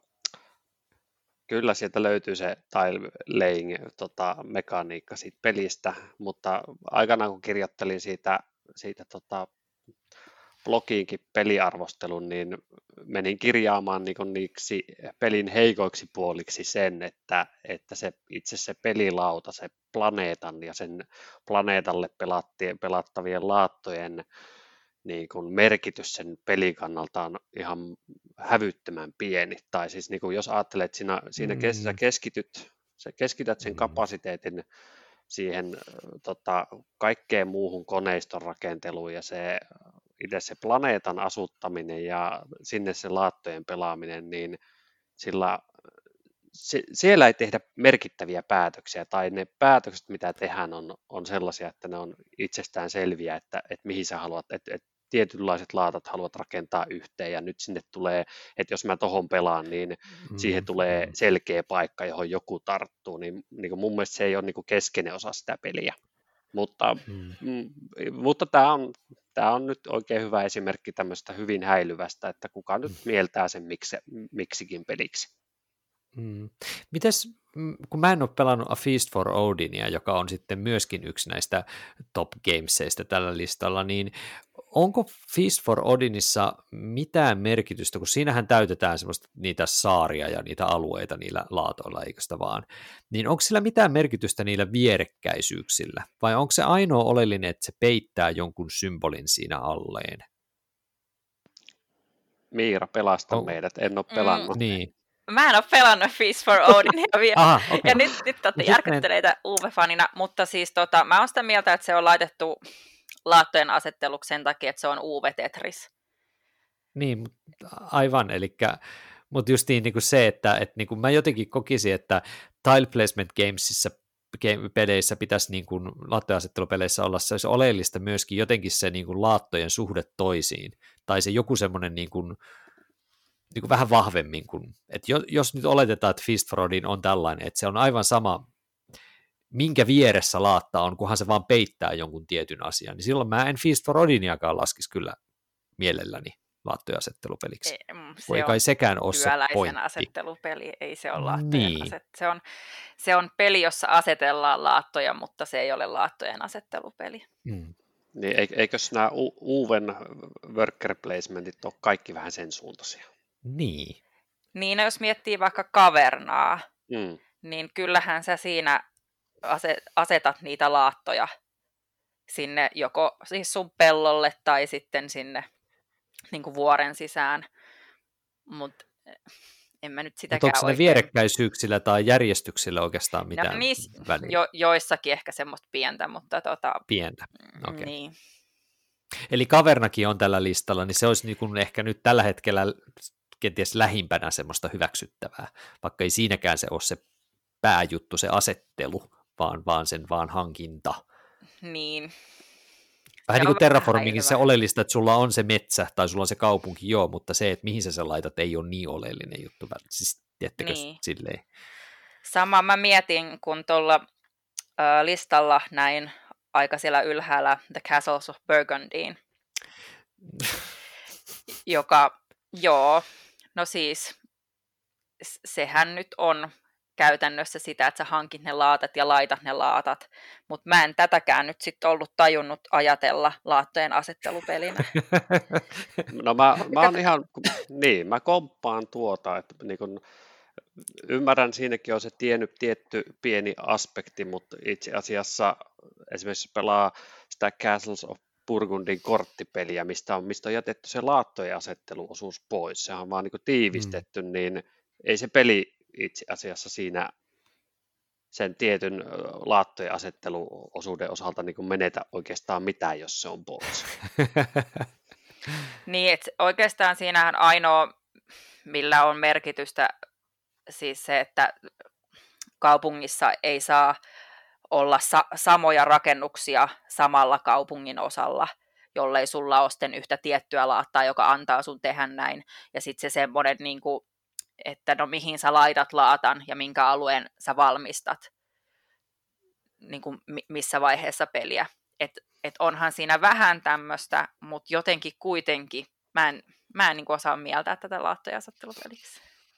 Kyllä sieltä löytyy se tile laying tota, mekaniikka siitä pelistä, mutta aikanaan kun kirjoittelin siitä, siitä tota, blogiinkin peliarvostelun, niin menin kirjaamaan niin niiksi pelin heikoiksi puoliksi sen, että, että se itse se pelilauta, se planeetan ja sen planeetalle pelattavien laattojen niin kuin merkitys sen pelin kannalta on ihan hävyttömän pieni. Tai siis niin kuin jos ajattelet, että siinä, siinä mm. sä keskityt, sä keskität sen kapasiteetin siihen tota, kaikkeen muuhun koneiston rakenteluun ja se itse se planeetan asuttaminen ja sinne se laattojen pelaaminen, niin sillä se, siellä ei tehdä merkittäviä päätöksiä, tai ne päätökset, mitä tehdään, on, on sellaisia, että ne on itsestään selviä, että, että mihin sä haluat, että, että tietynlaiset laatat haluat rakentaa yhteen, ja nyt sinne tulee, että jos mä tohon pelaan, niin mm-hmm. siihen tulee selkeä paikka, johon joku tarttuu, niin, niin kuin mun mielestä se ei ole niin kuin keskeinen osa sitä peliä. Mutta, mm. m, mutta tämä on, tämä on nyt oikein hyvä esimerkki tämmöistä hyvin häilyvästä, että kuka nyt mieltää sen miksi, miksikin peliksi. Mm. Mites, kun mä en ole pelannut A Feast for Odinia, joka on sitten myöskin yksi näistä top gameseista tällä listalla, niin onko Feast for Odinissa mitään merkitystä, kun siinähän täytetään semmoista niitä saaria ja niitä alueita niillä laatoilla, eikö sitä vaan, niin onko sillä mitään merkitystä niillä vierekkäisyyksillä, vai onko se ainoa oleellinen, että se peittää jonkun symbolin siinä alleen? Miira, pelasta on... meidät, en ole pelannut. Mm. Niin. Mä en ole pelannut Feast for Odinia vielä, Aha, okay. ja nyt, nyt olette järkytteleitä U V-fanina, mutta siis tota, mä oon sitä mieltä, että se on laitettu laattojen asetteluksi sen takia, että se on U V-Tetris. Niin, aivan, eli Mutta just niin, niin kuin se, että et, niin kuin mä jotenkin kokisin, että Tile Placement Gamesissa game, peleissä pitäisi niin kuin laattoasettelupeleissä olla se oleellista myöskin jotenkin se niin kuin laattojen suhde toisiin, tai se joku semmoinen niin kuin, niin kuin vähän vahvemmin kuin, että jos nyt oletetaan, että Feast for Odin on tällainen, että se on aivan sama, minkä vieressä laatta on, kunhan se vaan peittää jonkun tietyn asian, niin silloin mä en Feast for Odiniakaan laskisi kyllä mielelläni laattojen asettelupeliksi. Ei, se Voi kai sekään ole se pointti. asettelupeli, ei se ole laattojen niin. aset. Se on, se on peli, jossa asetellaan laattoja, mutta se ei ole laattojen asettelupeli. Mm. Niin, eikös nämä uuden worker placementit ole kaikki vähän sen suuntaisia? Niin. Niin, jos miettii vaikka kavernaa, mm. niin kyllähän sä siinä asetat niitä laattoja sinne joko siis sun pellolle tai sitten sinne niin kuin vuoren sisään, mutta en mä nyt sitäkään Mut onko oikein... ne vierekkäisyyksillä tai järjestyksillä oikeastaan mitään no, niis, väliä? Jo, joissakin ehkä semmoista pientä, mutta tota... Pientä, okei. Okay. Niin. Eli Kavernakin on tällä listalla, niin se olisi niin kuin ehkä nyt tällä hetkellä kenties lähimpänä semmoista hyväksyttävää, vaikka ei siinäkään se ole se pääjuttu, se asettelu, vaan, vaan sen vaan hankinta. Niin. Vähän niin kuin Terraformingin se oleellista, että sulla on se metsä tai sulla on se kaupunki, joo, mutta se, että mihin sä sen laitat, ei ole niin oleellinen juttu. Siis, tiettekö niin. silleen? Sama mä mietin, kun tuolla äh, listalla näin aika siellä ylhäällä The Castles of Burgundyin, joka, joo, no siis, sehän nyt on käytännössä sitä, että sä hankit ne laatat ja laitat ne laatat, mutta mä en tätäkään nyt sitten ollut tajunnut ajatella laattojen asettelupelinä. No mä, mä oon ihan, niin, mä komppaan tuota, että niin kun, ymmärrän, siinäkin on se tiennyt, tietty pieni aspekti, mutta itse asiassa esimerkiksi pelaa sitä Castles of Burgundyn korttipeliä, mistä on, mistä on jätetty se laattojen asetteluosuus pois, se on vaan niin kuin tiivistetty, mm. niin ei se peli itse asiassa siinä sen tietyn laattojen asetteluosuuden osalta niin kuin menetä oikeastaan mitään, jos se on pois. Niin, että oikeastaan siinähän ainoa, millä on merkitystä, siis se, että kaupungissa ei saa olla sa- samoja rakennuksia samalla kaupungin osalla, jollei sulla ole sitten yhtä tiettyä laattaa, joka antaa sun tehdä näin. Ja sitten se semmoinen, niin kuin, että no mihin sä laitat laatan ja minkä alueen sä valmistat, niin kuin missä vaiheessa peliä. Että et onhan siinä vähän tämmöistä, mutta jotenkin kuitenkin mä en, mä en niin kuin osaa mieltää tätä laattoja asettelupeliksi.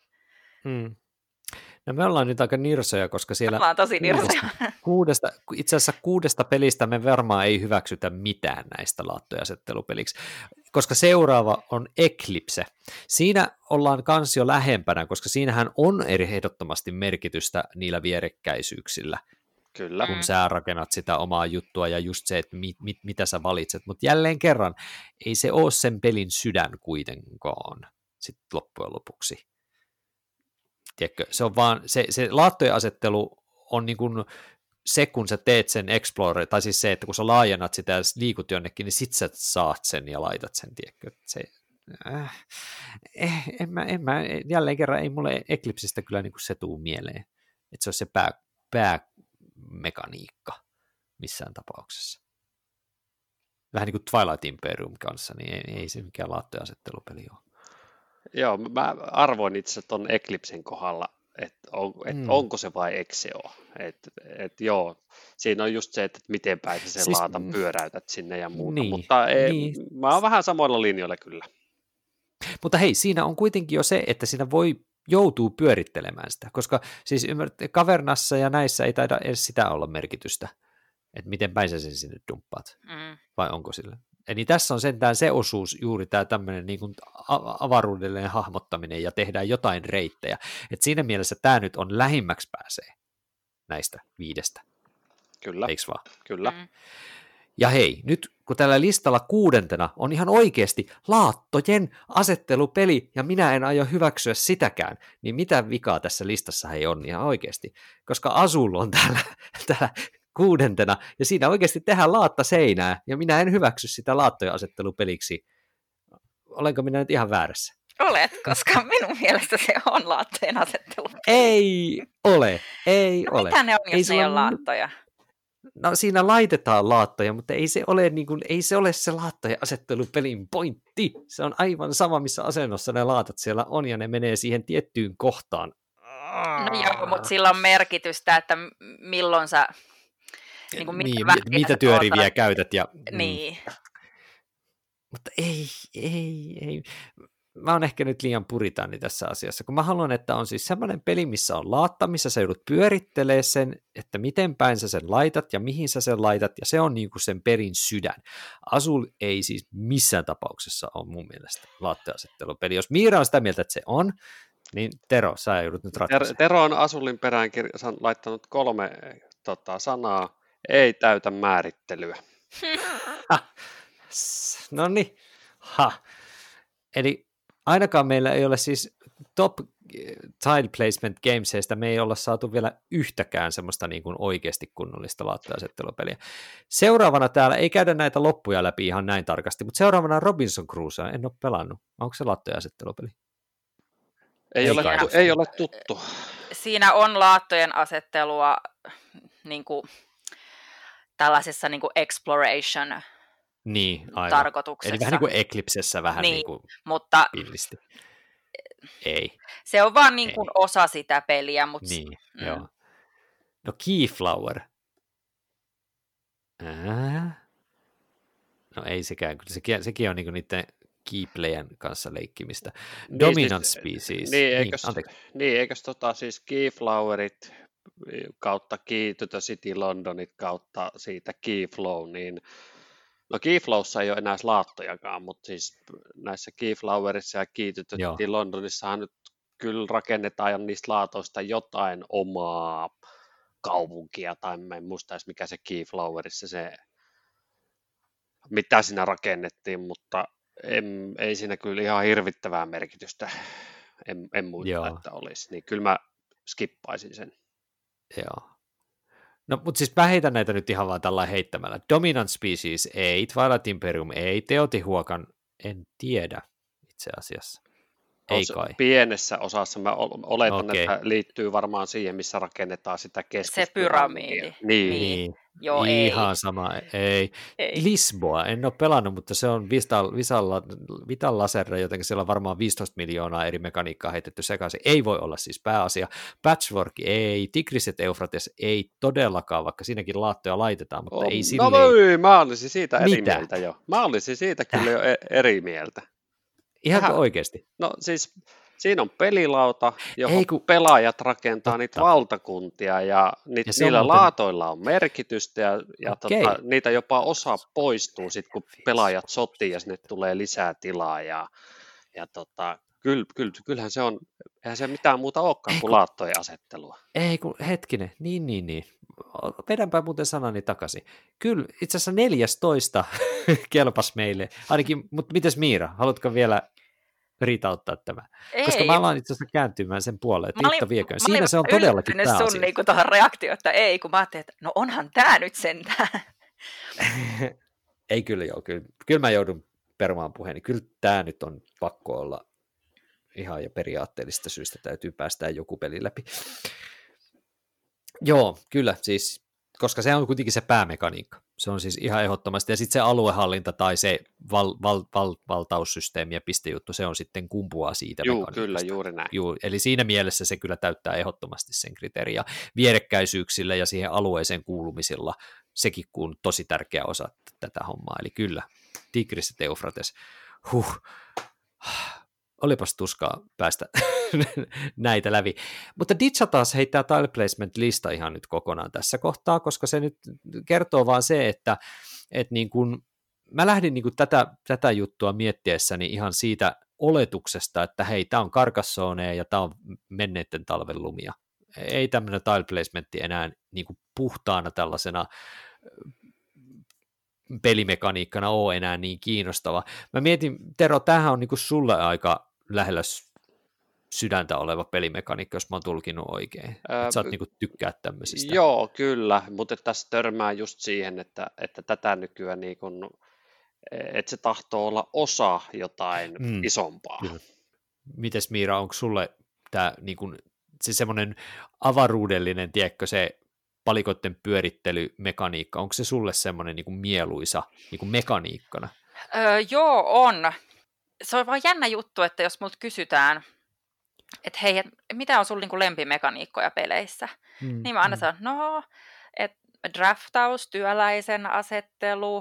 Hmm. No me ollaan nyt aika nirsoja, koska siellä ollaan tosi nirsoja. Kuudesta, itse asiassa kuudesta pelistä me varmaan ei hyväksytä mitään näistä laattoja asettelupeliksi, koska seuraava on Eclipse. Siinä ollaan kans jo lähempänä, koska siinähän on eri ehdottomasti merkitystä niillä vierekkäisyyksillä. Kyllä. Kun sä rakennat sitä omaa juttua ja just se, että mit, mit, mitä sä valitset. Mutta jälleen kerran, ei se ole sen pelin sydän kuitenkaan sitten loppujen lopuksi. Tiedätkö, se on vaan, se, se laattojen asettelu on niin kuin se, kun sä teet sen Explorer, tai siis se, että kun sä laajennat sitä ja liikut jonnekin, niin sit sä saat sen ja laitat sen, tiedätkö. Se, äh, eh, en mä, en mä, jälleen kerran ei mulle Eclipsistä kyllä niin kuin se tuu mieleen, että se on se pää, päämekaniikka missään tapauksessa. Vähän niin kuin Twilight Imperium kanssa, niin ei, ei se mikään laattojen asettelupeli ole. Joo, mä arvoin itse tuon Eclipsen kohdalla, että on, et mm. onko se vai eikö se ole. Et, et joo, siinä on just se, että miten päin sä sen siis, laatan pyöräytät sinne ja muuta, niin, mutta ei, niin. Mä oon vähän samoilla linjoilla kyllä. Mutta hei, siinä on kuitenkin jo se, että siinä voi joutuu pyörittelemään sitä, koska siis ymmärrät, Kavernassa ja näissä ei taida edes sitä olla merkitystä, että miten päin sä sen sinne dumppaat, mm. vai onko sillä? Eli tässä on sentään se osuus, juuri tämä tämmöinen niin kuin avaruudellinen hahmottaminen ja tehdään jotain reittejä. Et siinä mielessä tämä nyt on lähimmäksi pääsee näistä viidestä. Kyllä. Eiks vaan? Kyllä. Mm. Ja hei, nyt kun tällä listalla kuudentena on ihan oikeasti laattojen asettelupeli, ja minä en aio hyväksyä sitäkään, niin mitä vikaa tässä listassa ei on ihan oikeasti? Koska Azul on täällä, täällä kuudentena, ja siinä oikeasti tehdään laatta seinää, ja minä en hyväksy sitä laattojen asettelupeliksi. Olenko minä nyt ihan väärässä? Olet, koska minun mielestä se on laattojen asettelu. Ei ole, ei no, ole. Mitä ne on, jos ei ei ole laattoja? No siinä laitetaan laattoja, mutta ei se ole, niin kuin, ei se, ole se laattojen asettelupelin pointti. Se on aivan sama, missä asennossa ne laatat siellä on, ja ne menee siihen tiettyyn kohtaan. No joo, mutta sillä on merkitystä, että milloin sä... Niin kuin niin, mitä, mitä työriviä otat. käytät. Ja, niin. Mm. Mutta ei, ei, ei. Mä oon ehkä nyt liian puritaani tässä asiassa, kun mä haluan, että on siis semmoinen peli, missä on laatta, missä sä joudut pyörittelemään sen, että miten päin sä sen laitat ja mihin sä sen laitat, ja se on niinku sen pelin sydän. Azul ei siis missään tapauksessa ole mun mielestä laatteasettelupeli. Jos Miira on sitä mieltä, että se on, niin Tero, sä joudut nyt ratkaisemaan. Tero on Azulin perään kir- laittanut kolme tota, sanaa, ei täytä määrittelyä. No niin, ha. Eli ainakaan meillä ei ole siis top tile placement gamesista, me ei olla saatu vielä yhtäkään semmoista niin kuin oikeasti kunnollista laatteasettelupeliä. Seuraavana täällä, ei käydä näitä loppuja läpi ihan näin tarkasti, mutta seuraavana Robinson Crusoe, en ole pelannut. Onko se laatteasettelupeli? Ei, ei, ole, tu- ei ole tuttu. Siinä on laattojen asettelua niin kuin, tällaisessa niin kuin exploration niin, aivan. tarkoituksessa. Eli vähän niin kuin Eclipsessä vähän niin, niin kuin mutta pillisti. Ei. Se on vaan niin kuin osa sitä peliä. Mutta... Niin, mm. joo. No Keyflower. Ää? No ei sekään, kyllä sekin, sekin on niin kuin niiden keyplayen kanssa leikkimistä. Niin, Dominant siis, Species. Niin, eikös, niin, niin, eikös tota siis Keyflowerit kautta Key to the City Londonit kautta siitä Keyflow, niin no Keyflowssa ei ole enää laattojakaan, mutta siis näissä Keyflowerissa ja Key to the City Londonissahan nyt kyllä rakennetaan niistä laatoista jotain omaa kaupunkia, tai mä en muista edes mikä se Keyflowerissa se, mitä siinä rakennettiin, mutta en, ei siinä kyllä ihan hirvittävää merkitystä, en, en muista, Joo. että olisi, niin kyllä mä skippaisin sen. Joo. No, mutta siis mä heitän näitä nyt ihan vaan tällä heittämällä. Dominant Species ei, Twilight Imperium ei, Teotihuacan en tiedä itse asiassa. Ei kai. Pienessä osassa mä oletan, okay. että liittyy varmaan siihen, missä rakennetaan sitä keskuspyramidia. Se pyramidi. Niin. niin. Joo, ihan ei. sama. Ei. ei. Lisboa, en ole pelannut, mutta se on Vital, Vital Laserra, joten siellä on varmaan viisitoista miljoonaa eri mekaniikkaa heitetty sekaisin. Ei voi olla siis pääasia. Patchwork ei, Tigriset Eufrates ei todellakaan, vaikka siinäkin laattoja laitetaan, mutta on, ei silleen. No voi, mä olisin siitä eri Mitä? mieltä jo. Mä olisin siitä kyllä jo eri mieltä. Ihanko oikeasti? No siis siinä on pelilauta, johon Ei, kun... pelaajat rakentaa Totta. niitä valtakuntia ja, niitä, ja niillä muuten... laatoilla on merkitystä ja, ja okay. tota, niitä jopa osa poistuu sit, kun pelaajat sotii ja sinne tulee lisää tilaa ja, ja tota, kyllä, kyllä, kyllähän se on, eihän se mitään muuta olekaan Ei, kuin kun... laattojen asettelua. Ei kun hetkinen, niin niin niin. Vedänpä muuten sanani takaisin. Kyllä, itse asiassa neljästoista kelpas meille, ainakin, mutta mites Miira, haluatko vielä ritauttaa tämä? Ei. Koska mä alan itse asiassa kääntymään sen puoleen, että Riitta vieköön. Siinä se on todellakin pääasia. sun niinku tuohon reaktioon, että ei, kun mä ajattelin, että no onhan tää nyt sentään. Ei kyllä joo, kyllä, kyllä mä joudun perumaan puheeni. Kyllä tää nyt on pakko olla ihan ja periaatteellisista syistä täytyy päästää joku peli läpi. Joo, kyllä, siis, koska se on kuitenkin se päämekaniikka. Se on siis ihan ehdottomasti, ja sitten se aluehallinta tai se val, val, val, valtaussysteemi ja pistejuttu, se on sitten kumpuaa siitä Juu, mekaniikasta. Kyllä, juuri näin. Juu, eli siinä mielessä se kyllä täyttää ehdottomasti sen kriteerin, ja vierekkäisyyksillä ja siihen alueeseen kuulumisilla sekin on tosi tärkeä osa tätä hommaa, eli kyllä, Tigriset Eufrates, huh, olipas tuskaa päästä näitä läpi. Mutta Ditcha taas heittää tile placement-lista ihan nyt kokonaan tässä kohtaa, koska se nyt kertoo vaan se, että, että niin kun, mä lähdin niin kun tätä, tätä juttua miettiessäni ihan siitä oletuksesta, että hei, tämä on Carcassonne ja tämä on menneiden talven lumia. Ei tämmöinen tile placementti enää niin kun puhtaana tällaisena pelimekaniikkana ole enää niin kiinnostava. Mä mietin, Tero, tämähän on niinku sulle aika lähellä sydäntä oleva pelimekaniikka, jos mä oon tulkinut oikein. Öö, sä oot niinku tykkää tämmöisistä. Joo, kyllä, mutta tässä törmää just siihen, että, että tätä nykyään niinku, että se tahtoo olla osa jotain mm, isompaa. Kyllä. mites Miira, onko sulle tämä niin kuin, se semmoinen avaruudellinen, tiedätkö, se palikoiden pyörittelymekaniikka, onko se sulle semmoinen niin kuin mieluisa niin kuin mekaniikkana? Öö, joo, on. Se on vaan jännä juttu, että jos multa kysytään, että hei, et mitä on sulla niin kuin lempimekaniikkoja peleissä, Mm, niin mä aina mm. sanon, no, että draftaus, työläisen asettelu,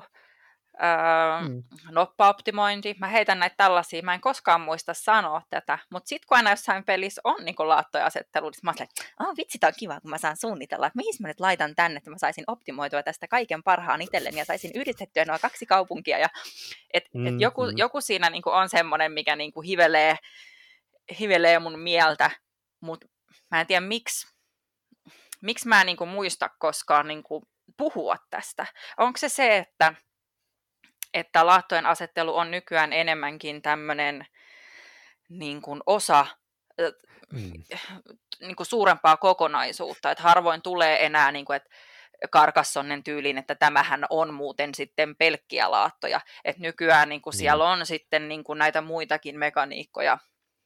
öö, Mm. noppaoptimointi, mä heitän näitä tällaisia, mä en koskaan muista sanoa tätä, mutta sitten kun aina jossain pelissä on niin laattoja asettelu, niin mä oon että oh, vitsi, tää on kiva, kun mä saan suunnitella, että mihin mä nyt laitan tänne, että mä saisin optimoitua tästä kaiken parhaan itselleni ja saisin yhdistettyä nuo kaksi kaupunkia, ja et, Mm, et joku, mm. joku siinä niin on semmoinen, mikä niin hivelee, hivelee mun mieltä, mutta mä en tiedä miksi, miksi mä en niin muista koskaan niin puhua tästä. Onko se se, että että laattojen asettelu on nykyään enemmänkin tämmöinen niin kuin osa mm. niin kuin suurempaa kokonaisuutta, että harvoin tulee enää niin kuin, että Carcassonnen tyyliin, että tämähän on muuten sitten pelkkiä laattoja, että nykyään niin kuin mm. siellä on sitten niin kuin näitä muitakin mekaniikkoja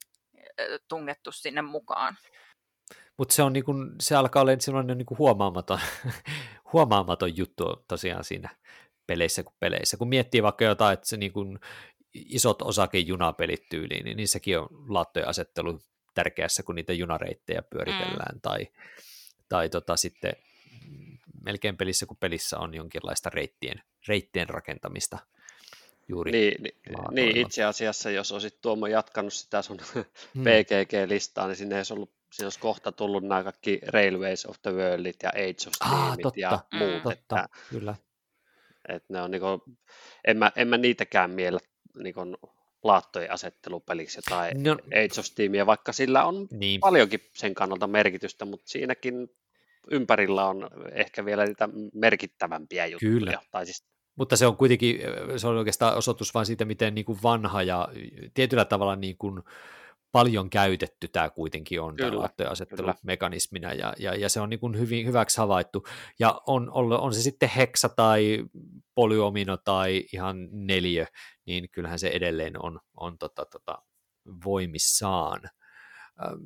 tungettu sinne mukaan. Mutta se, on niin kun, se alkaa olla sellainen niin kuin huomaamaton, huomaamaton juttu tosiaan siinä peleissä kuin peleissä. Kun miettii vaikka jotain, että se niin kuin isot osakejunapelit tyyliin, niin niissäkin on laattojen asettelu tärkeässä, kun niitä junareittejä pyöritellään, mm. tai, tai tota, sitten melkein pelissä kuin pelissä on jonkinlaista reittien, reittien rakentamista juuri niin, niin, itse asiassa, jos olisit Tuomo jatkanut sitä sun mm. P G G-listaa, niin sinne olisi ollut siinä olisi kohta tullut nämä kaikki Railways of the Worldit ja Age of Steamit ah, ja muut. Totta, että, kyllä. Että ne on niinku, en, mä, en mä niitäkään miellä niinku laattojen asettelupeliksi jotain no, Age of Steamia, vaikka sillä on niin. paljonkin sen kannalta merkitystä, mutta siinäkin ympärillä on ehkä vielä niitä merkittävämpiä juttuja. Kyllä. Tai siis mutta se on kuitenkin, se on oikeastaan osoitus vain siitä, miten niin kuin vanha ja tietyllä tavalla niin kuin paljon käytetty tämä kuitenkin on tämä laattojen asettelumekanismina, ja, ja, ja se on niin kuin hyvin, hyväksi havaittu, ja on, on, on se sitten heksa tai polyomino tai ihan neliö, niin kyllähän se edelleen on, on tota, tota, voimissaan. Ähm,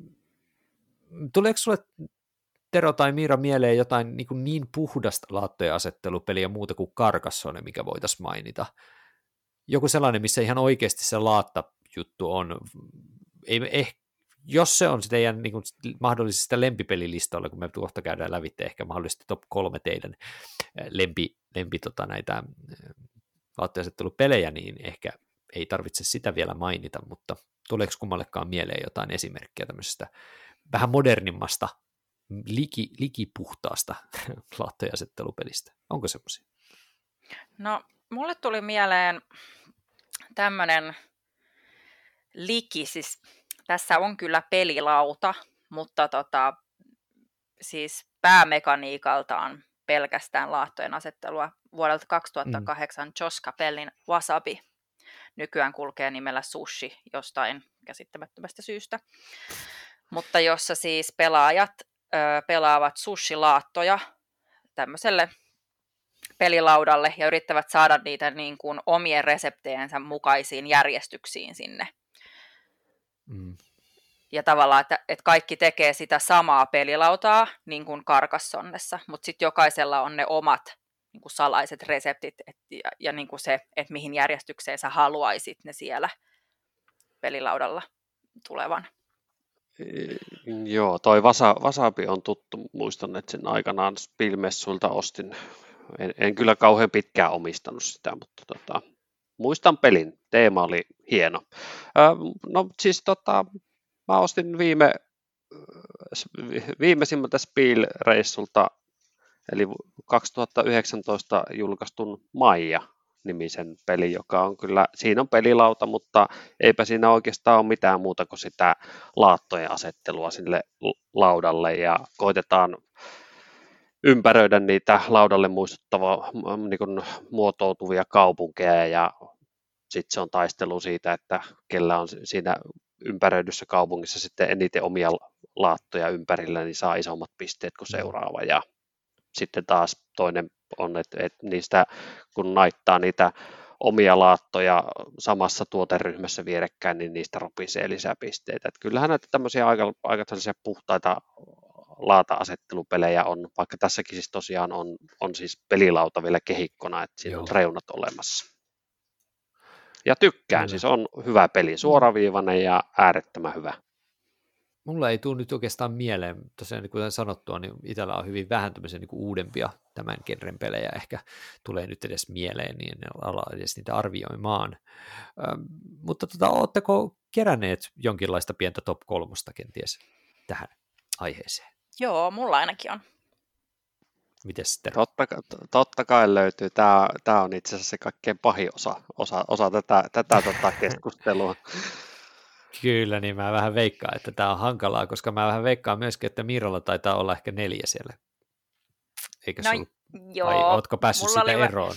tuleeko sulle, Tero tai Miira, mieleen jotain niin, kuin niin puhdasta laattojen asettelupeliä muuta kuin Carcassonne, mikä voitaisiin mainita? Joku sellainen, missä ihan oikeasti se laatta-juttu on, ei, eh, jos se on se teidän niin kuin, mahdollisesti lempipelilistalla, kun me kohta käydään lävitse ehkä mahdollisesti top kolme teidän lempi, lempi tota, näitä laattojen-asettelupelejä, niin ehkä ei tarvitse sitä vielä mainita, mutta tuleeko kummallekaan mieleen jotain esimerkkiä tämmöisestä vähän modernimmasta, liki, likipuhtaasta laattojen-asettelupelistä? Onko semmoisia? No, mulle tuli mieleen tämmöinen liki, siis tässä on kyllä pelilauta, mutta tota, siis päämekaniikaltaan pelkästään laattojen asettelua vuodelta kaksituhattakahdeksan mm. Josh Capellin Wasabi. Nykyään kulkee nimellä Sushi jostain käsittämättömästä syystä. Mutta jossa siis pelaajat ö, pelaavat sushi-laattoja tämmöiselle pelilaudalle ja yrittävät saada niitä niin kuin omien reseptejensä mukaisiin järjestyksiin sinne. Mm. Ja tavallaan, että, että kaikki tekee sitä samaa pelilautaa niin kuin Carcassonnessa, mutta sitten jokaisella on ne omat niin kuin salaiset reseptit et, ja, ja niin kuin se, että mihin järjestykseen sä haluaisit ne siellä pelilaudalla tulevan. Joo, toi vasa, Wasabi on tuttu. Muistan, että sen aikanaan Spielmessuilta ostin. En, en kyllä kauhean pitkään omistanut sitä, mutta tota, muistan pelin. Teema oli hieno. Öö, no siis tota, mä ostin viime, viimeisimmältä Spiel-reissulta, eli kaksituhattayhdeksäntoista julkaistun Maija-nimisen peli, joka on kyllä, siinä on pelilauta, mutta eipä siinä oikeastaan ole mitään muuta kuin sitä laattojen asettelua sille laudalle, ja koitetaan ympäröidä niitä laudalle muistuttavaa niin kuin muotoutuvia kaupunkeja, ja sitten se on taistelu siitä, että kellä on siinä ympäröidyssä kaupungissa sitten eniten omia laattoja ympärillä, niin saa isommat pisteet kuin seuraava, ja sitten taas toinen on, että, että niistä kun naittaa niitä omia laattoja samassa tuoteryhmässä vierekkäin, niin niistä ropisee lisää pisteitä. Et kyllähän näitä tämmöisiä aika, aika puhtaita laata-asettelupelejä on, vaikka tässäkin siis tosiaan on, on siis pelilauta vielä kehikkona, että siinä Joo. on reunat olemassa. Ja tykkään, Kyllä. siis on hyvä peli, suoraviivainen ja äärettömän hyvä. Mulla ei tule nyt oikeastaan mieleen, tosiaan niin kuten sanottua, niin itsellä on hyvin vähän tämmöisiä niin kuin uudempia tämän genren pelejä ehkä tulee nyt edes mieleen, niin en ala edes niitä arvioimaan. Ähm, mutta tota, ootteko keränneet jonkinlaista pientä top kolmosta kenties tähän aiheeseen? Joo, mulla ainakin on. Mites Tero? Totta, totta kai löytyy. Tämä, tämä on itse asiassa se kaikkein pahin osa, osa, osa tätä, tätä tota keskustelua. Kyllä, niin mä vähän veikkaan, että tämä on hankalaa, koska mä vähän veikkaan myöskin, että Miiralla taitaa olla ehkä neljä siellä. Eikä no, sul... joo, Vai ootko päässyt sitä oli... eroon?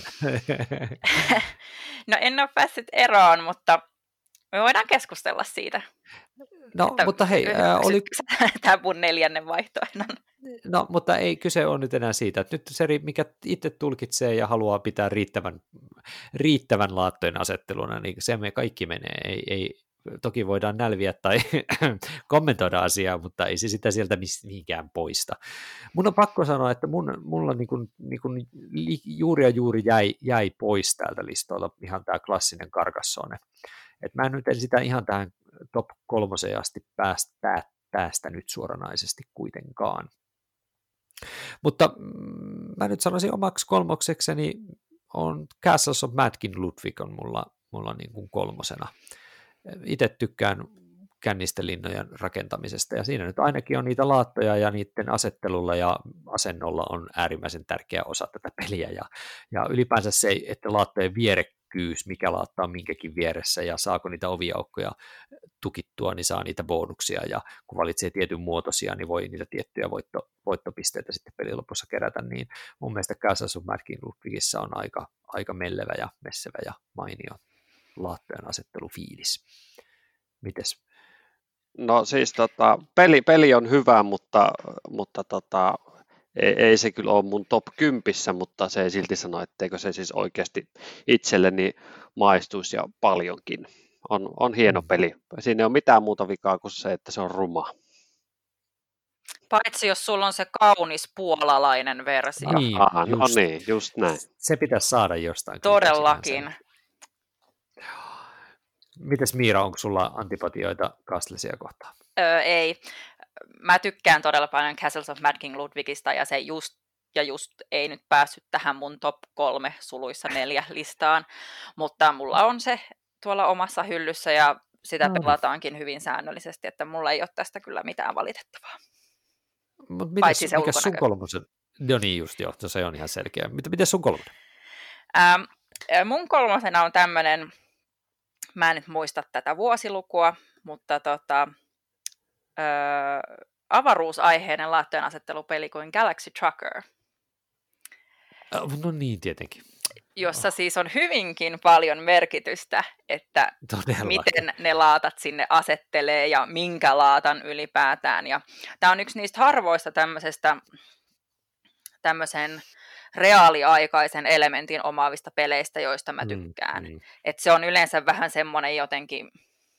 No en ole päässyt eroon, mutta me voidaan keskustella siitä. No, että mutta hei, ää, oli... Tämä mun neljännen vaihtoehdon. No, mutta ei kyse ole nyt enää siitä, että nyt se, mikä itse tulkitsee ja haluaa pitää riittävän, riittävän laattojen asetteluna, niin se me kaikki menee. Ei, ei, toki voidaan nälviä tai kommentoida asiaa, mutta ei se sitä sieltä mihinkään poista. Mun on pakko sanoa, että mun, mulla niin kuin, niin kuin juuri ja juuri jäi, jäi pois täältä listoilta ihan tämä klassinen Carcassonne. Et mä nyt en sitä ihan tähän top kolmoseen asti päästä, pää, päästä nyt suoranaisesti kuitenkaan. Mutta mm, mä nyt sanoisin omaksi kolmoksekseni on Castles of Mad King Ludwig on mulla, mulla niin kuin kolmosena. Itse tykkään kännisten linnojen rakentamisesta ja siinä nyt ainakin on niitä laattoja ja niiden asettelulla ja asennolla on äärimmäisen tärkeä osa tätä peliä ja, ja ylipäänsä se, että laattojen vierekkyys, mikä laattaa minkäkin vieressä ja saako niitä oviaukkoja tukittua, niin saa niitä bonuksia ja kun valitsee tietyn muotoisia, niin voi niitä tiettyjä voitto, voittopisteitä sitten pelin lopussa kerätä, niin mun mielestä Castles of Mad King Ludwigissa on aika, aika mellevä ja messevä ja mainio laattojen asettelufiilis. Mites? No siis tota, peli, peli on hyvä, mutta, mutta tota, ei, ei se kyllä ole mun top kympissä, mutta se ei silti sano, etteikö se siis oikeasti itselleni maistuisi ja paljonkin. On, on hieno peli. Siinä ei ole mitään muuta vikaa kuin se, että se on ruma. Paitsi jos sulla on se kaunis puolalainen versio. Niin, Aha, no just, niin, just näin. Se pitäisi saada jostain. Todellakin. Mites Miira, onko sulla antipatioita Castlesia kohtaan? Öö, ei. Mä tykkään todella paljon Castles of Mad King Ludwigista ja se just ja just ei nyt päässyt tähän mun top kolme suluissa neljä listaan, mutta mulla on se tuolla omassa hyllyssä ja sitä pelataankin hyvin säännöllisesti, että mulla ei ole tästä kyllä mitään valitettavaa. Mut mitäs, se mikä sun kolmosen? No niin just joo, se on ihan selkeä. Miten sun kolmonen? Ähm, mun kolmosena on tämmönen, mä en nyt muista tätä vuosilukua, mutta tota, öö, avaruusaiheinen laattojen asettelupeli kuin Galaxy Trucker. No niin, tietenkin. Jossa siis on hyvinkin paljon merkitystä, että Todellakin. Miten ne laatat sinne asettelee ja minkä laatan ylipäätään. Ja tämä on yksi niistä harvoista tämmöisestä, tämmöisen reaaliaikaisen elementin omaavista peleistä, joista mä tykkään. Mm, mm. Et se on yleensä vähän semmoinen jotenkin,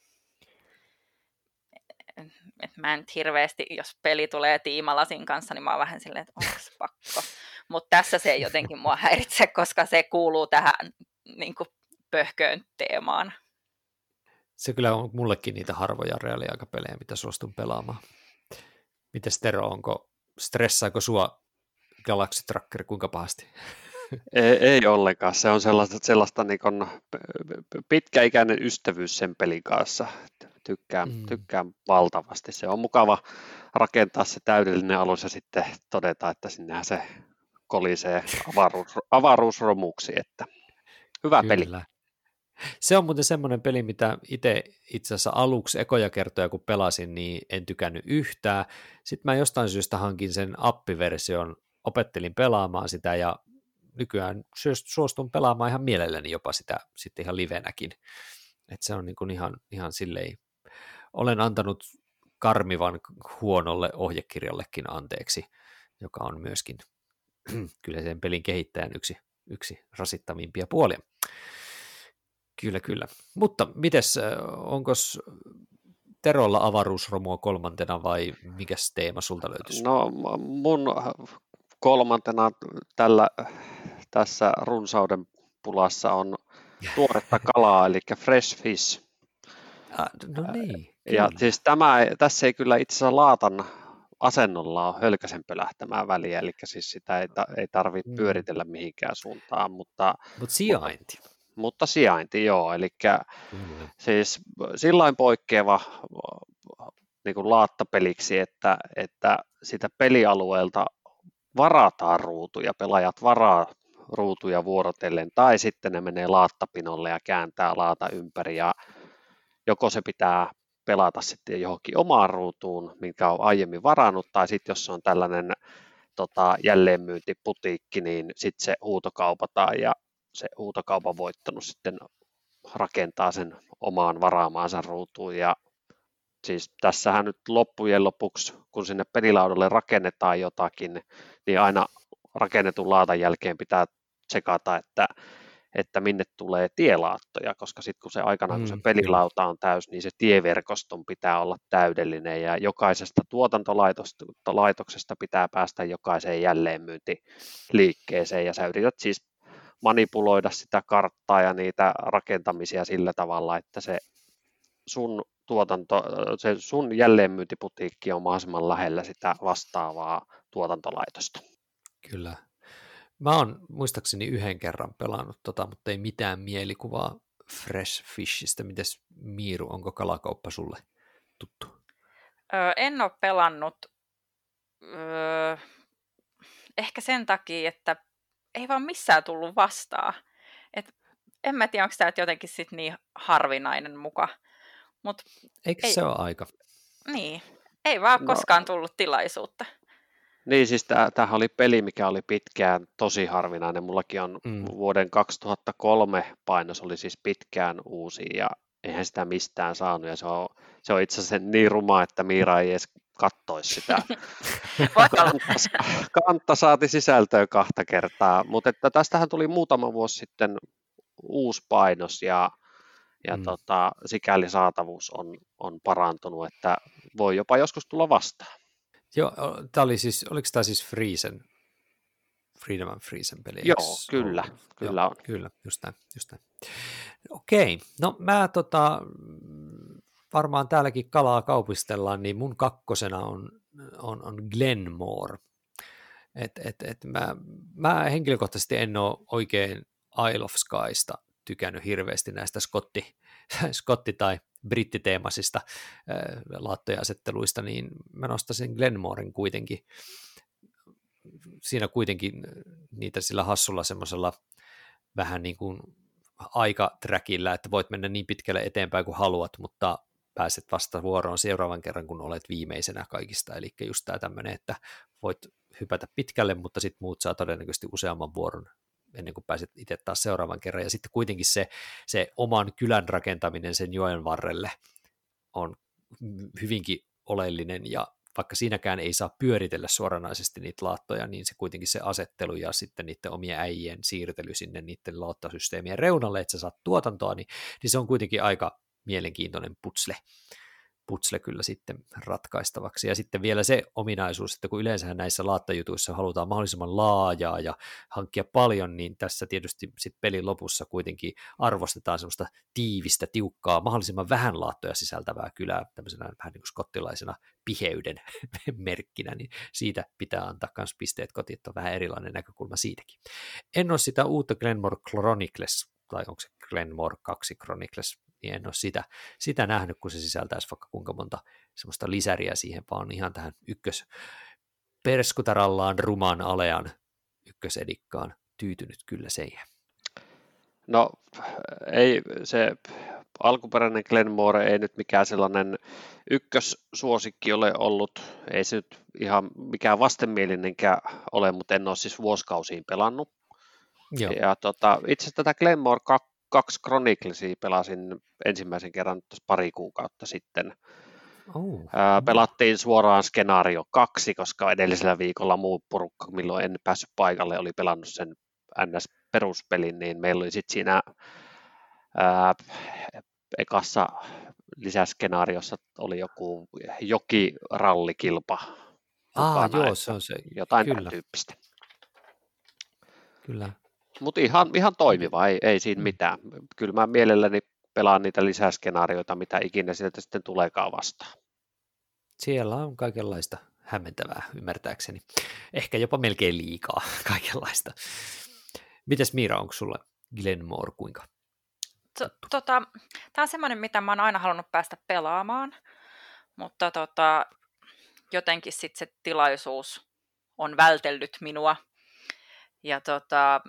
että mä en hirveästi, jos peli tulee tiimalasin kanssa, niin mä oon vähän silleen, että onko pakko. Mutta tässä se ei jotenkin mua häiritse, koska se kuuluu tähän niin kuin pöhköön teemaan. Se kyllä on mullekin niitä harvoja reaaliaikapelejä, mitä suostun pelaamaan. Mites Tero, onko, stressaako sua Galaxy Tracker kuinka pahasti? Ei, ei ollenkaan. Se on sellaista, sellaista niin kuin pitkäikäinen ystävyys sen pelin kanssa. Tykkään, mm. tykkään valtavasti. Se on mukava rakentaa se täydellinen alus ja sitten todeta, että sinnehän se kolisee avaruus, avaruusromuksi. Että hyvä Kyllä. peli. Se on muuten semmoinen peli, mitä itse itse asiassa aluksi ekoja kertoja, kun pelasin, niin en tykännyt yhtään. Sitten mä jostain syystä hankin sen appiversion, opettelin pelaamaan sitä ja nykyään suostun pelaamaan ihan mielelläni jopa sitä sitten ihan livenäkin. Että se on niin kuin ihan, ihan silleen, olen antanut karmivan huonolle ohjekirjallekin anteeksi, joka on myöskin kyllä sen pelin kehittäjän yksi, yksi rasittavimpia puolia. Kyllä, kyllä. Mutta mites, onko Terolla avaruusromua kolmantena vai mikäs teema sulta löytyisi? No mun kolmantena tällä, tässä runsauden pulassa on tuoretta kalaa, eli fresh fish. Ah, no niin, ja kyllä. siis tämä, tässä ei kyllä itse asiassa laatan asennolla ole hölkäsen pölähtämään väliä, eli siis sitä ei, ta, ei tarvitse pyöritellä mihinkään suuntaan, mutta, Mut sijainti. Mutta, mutta sijainti, joo, eli siis sillain poikkeava niin kuin laattapeliksi, että, että sitä pelialueelta varataan ruutuja, pelaajat varaa ruutuja vuorotellen, tai sitten ne menee laattapinolle ja kääntää laata ympäri, ja joko se pitää pelata sitten johonkin omaan ruutuun, minkä on aiemmin varannut, tai sitten jos se on tällainen tota, jälleenmyyntiputiikki, niin sitten se huutokaupataan, ja se huutokaupan voittanut sitten rakentaa sen omaan varaamaansa ruutuun, ja siis tässähän nyt loppujen lopuksi, kun sinne pelilaudalle rakennetaan jotakin, niin aina rakennetun laatan jälkeen pitää tsekata, että, että minne tulee tielaattoja, koska sitten kun se aikanaan, kun se pelilauta on täys, niin se tieverkoston pitää olla täydellinen, ja jokaisesta tuotantolaitoksesta pitää päästä jokaiseen jälleenmyyntiliikkeeseen, ja sä yrität siis manipuloida sitä karttaa ja niitä rakentamisia sillä tavalla, että se sun tuotanto, se sun jälleenmyyntiputiikki on mahdollisimman lähellä sitä vastaavaa tuotantolaitosta. Kyllä. Mä oon muistaakseni yhden kerran pelannut tota, mutta ei mitään mielikuvaa Fresh Fishistä. Mites Miiru, onko kalakauppa sulle tuttu? Öö, en ole pelannut öö, ehkä sen takia, että ei vaan missään tullut vastaan. Et en mä tiedä, onko tämä jotenkin sit niin harvinainen muka. Mut eikö ei, se ole aika? Niin, ei vaan no, koskaan tullut tilaisuutta. Niin, siis tämähän oli peli, mikä oli pitkään tosi harvinainen. Mullakin on mm. vuoden kaksituhattakolme painos oli siis pitkään uusi ja eihän sitä mistään saanut. Ja se on, se on itse asiassa niin ruma, että Miira ei edes kattoisi sitä. Kantta, kantta saati sisältöä kahta kertaa, mutta että tästähän tuli muutama vuosi sitten uusi painos ja, ja mm. tota, sikäli saatavuus on, on parantunut, että voi jopa joskus tulla vastaan. Joo, tämä oli siis, oliko tämä siis Friesen, Freedom and Friesen peli? Joo, kyllä, ollut? kyllä Joo, on. Kyllä, just näin, just näin. Okei, no mä tota, varmaan täälläkin kalaa kaupistellaan, niin mun kakkosena on, on, on Glenmore. Et, et, et mä, mä henkilökohtaisesti en ole oikein Isle of Skysta tykännyt hirveästi näistä skotti, skotti- tai brittiteemasista äh, laattojen asetteluista, niin mä nostaisin Glenmoren kuitenkin. Siinä kuitenkin niitä sillä hassulla semmoisella vähän niin kuin aikaträkillä, että voit mennä niin pitkälle eteenpäin kuin haluat, mutta pääset vasta vuoroon seuraavan kerran, kun olet viimeisenä kaikista. Eli just tämä tämmöinen, että voit hypätä pitkälle, mutta sitten muut saa todennäköisesti useamman vuoron ennen kuin pääset itse taas seuraavan kerran. Ja sitten kuitenkin se, se oman kylän rakentaminen sen joen varrelle on hyvinkin oleellinen, ja vaikka siinäkään ei saa pyöritellä suoranaisesti niitä laattoja, niin se kuitenkin se asettelu ja sitten niiden omien äijien siirtely sinne niiden laattasysteemien reunalle, että sä saat tuotantoa, niin, niin se on kuitenkin aika mielenkiintoinen putsle. putsle kyllä sitten ratkaistavaksi. Ja sitten vielä se ominaisuus, että kun yleensähän näissä laattajutuissa halutaan mahdollisimman laajaa ja hankkia paljon, niin tässä tietysti sit pelin lopussa kuitenkin arvostetaan semmoista tiivistä, tiukkaa, mahdollisimman vähän laattoja sisältävää kylää, tämmöisenä vähän niin kuin skottilaisena piheyden merkkinä, niin siitä pitää antaa myös pisteet kotiin, että on vähän erilainen näkökulma siitäkin. En ole sitä uutta Glenmore Chronicles, tai onko se Glenmore kaksi Chronicles, niin en ole sitä, sitä nähnyt, kun se sisältäisi vaikka kuinka monta semmoista lisäriä siihen, vaan ihan tähän ykkös perskutarallaan ruman alean ykkösedikkaan tyytynyt kyllä siihen. No ei se alkuperäinen Glenmore ei nyt mikään sellainen ykkössuosikki ole ollut, ei se nyt ihan mikään vastenmielinenkään ole, mutta en ole siis vuosikausiin pelannut. Joo. Ja tota, itse asiassa tätä Glenmore kaksi Chroniclesia pelasin ensimmäisen kerran pari kuukautta sitten. Oh. Ää, pelattiin suoraan skenaario kaksi, koska edellisellä viikolla muu porukka, milloin en päässyt paikalle, oli pelannut sen N S-peruspelin, niin meillä oli sitten siinä ää, ekassa lisäskenaariossa oli joku jokirallikilpa Aa, mukana, joo, se on se. jotain Kyllä. tämän tyyppistä. Kyllä. Mutta ihan, ihan toimiva, ei, ei siinä mitään. Kyllä mä mielelläni pelaan niitä lisäskenaarioita, mitä ikinä sieltä sitten tuleekaan vastaan. Siellä on kaikenlaista hämmentävää, ymmärtääkseni. Ehkä jopa melkein liikaa kaikenlaista. Mites Miira, onko sulla Glenmore kuinka? Tota, tämä on semmoinen, mitä mä oon aina halunnut päästä pelaamaan, mutta tota, jotenkin sit se tilaisuus on vältellyt minua. Ja tota,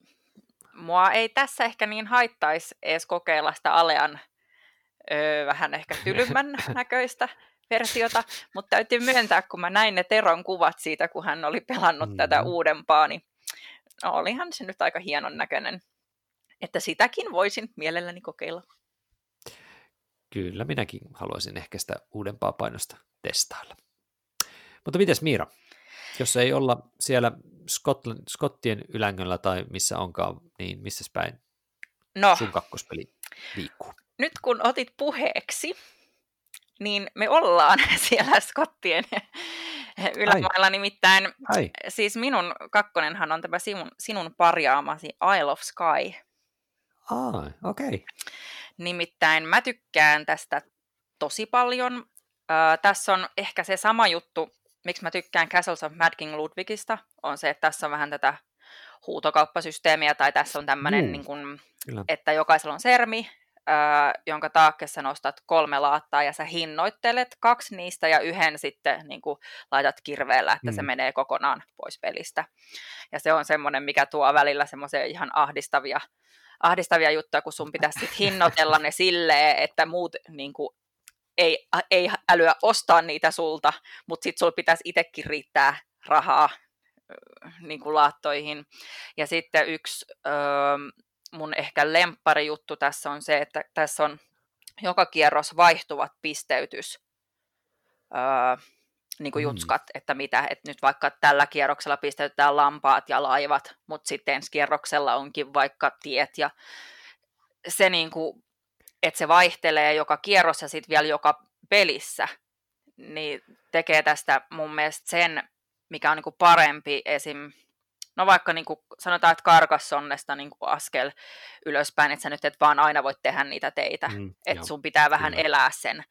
mua ei tässä ehkä niin haittaisi edes kokeilla sitä Alean öö, vähän ehkä tylymmän näköistä versiota, mutta täytyy myöntää, kun mä näin ne Teron kuvat siitä, kun hän oli pelannut mm. tätä uudempaa, niin no, olihan se nyt aika hienon näköinen, että sitäkin voisin mielelläni kokeilla. Kyllä, minäkin haluaisin ehkä sitä uudempaa painosta testailla. Mutta mites Miira? Jos ei olla siellä Skotland, Skottien ylängöllä tai missä onkaan, niin missä päin no, sun kakkospeli liikkuu? Nyt kun otit puheeksi, niin me ollaan siellä Skottien ylämailla. Ai. Nimittäin, Ai. siis minun kakkonenhan on tämä sinun, sinun parjaamasi Isle of Skye. Ah, okei. Okay. Nimittäin mä tykkään tästä tosi paljon. Äh, tässä on ehkä se sama juttu, miksi mä tykkään Castles of Mad King Ludwigista, on se, että tässä on vähän tätä huutokauppasysteemiä, tai tässä on tämmöinen, mm, niin kuin, että jokaisella on sermi, äh, jonka taakke sä nostat kolme laattaa, ja sä hinnoittelet kaksi niistä, ja yhden sitten niin kuin, laitat kirveellä, että mm. se menee kokonaan pois pelistä. Ja se on semmoinen, mikä tuo välillä semmoisia ihan ahdistavia, ahdistavia juttuja, kun sun pitäisi sit hinnoitella ne silleen, että muut niin kuin, Ei, ei älyä ostaa niitä sulta, mutta sitten sulla pitäisi itsekin riittää rahaa niin kuin laattoihin. Ja sitten yksi ö, mun ehkä lempparijuttu tässä on se, että tässä on joka kierros vaihtuvat pisteytys, ö, niin kuin jutskat, mm. että mitä, että nyt vaikka tällä kierroksella pisteytetään lampaat ja laivat, mutta sitten ensi kierroksella onkin vaikka tiet ja se niin kuin että se vaihtelee joka kierros ja sitten vielä joka pelissä, niin tekee tästä mun mielestä sen, mikä on niinku parempi esim. No vaikka niinku sanotaan, että Carcassonnesta niinku askel ylöspäin, että sä nyt et vaan aina voit tehdä niitä teitä, mm, että sun pitää vähän kyllä. elää sen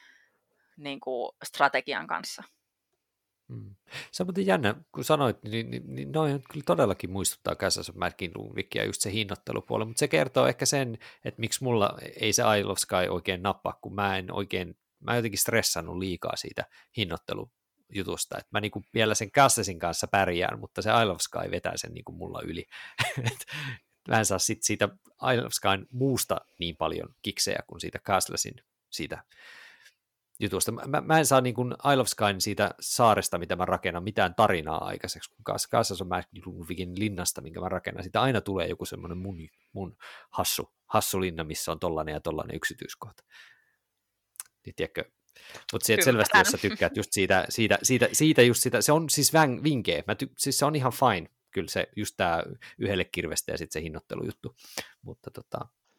niinku strategian kanssa. Mm. Se on muuten jännä, kun sanoit, niin, niin, niin noin kyllä todellakin muistuttaa Castles of Mad King Ludwigia just se hinnoittelupuoli, mutta se kertoo ehkä sen, että miksi mulla ei se Isle of Skye oikein nappaa, kun mä en oikein, mä en jotenkin stressannut liikaa siitä hinnoittelujutusta, että mä niinku vielä sen Castlesin kanssa pärjään, mutta se Isle of Skye vetää sen niinku mulla yli. Mä en saa sit siitä Isle of Skyen muusta niin paljon kiksejä kuin siitä Castlesin siitä jutusta. Mä, mä en saa niin kuin Isle of Skyen siitä saaresta, mitä mä rakennan, mitään tarinaa aikaiseksi, kun Castles of Mad King Ludwigin linnasta, minkä mä rakennan. Siitä aina tulee joku semmoinen mun, mun hassu, hassu linna, missä on tollainen ja tollainen yksityiskohta. Niin tiedätkö? Mutta selvästi, jos sä tykkäät just siitä, siitä, siitä, siitä just sitä, se on siis väng, vinkeä. Mä ty, siis se on ihan fine, kyllä se just tää yhdelle kirvestä ja sitten se hinnoittelujuttu. Mutta tota...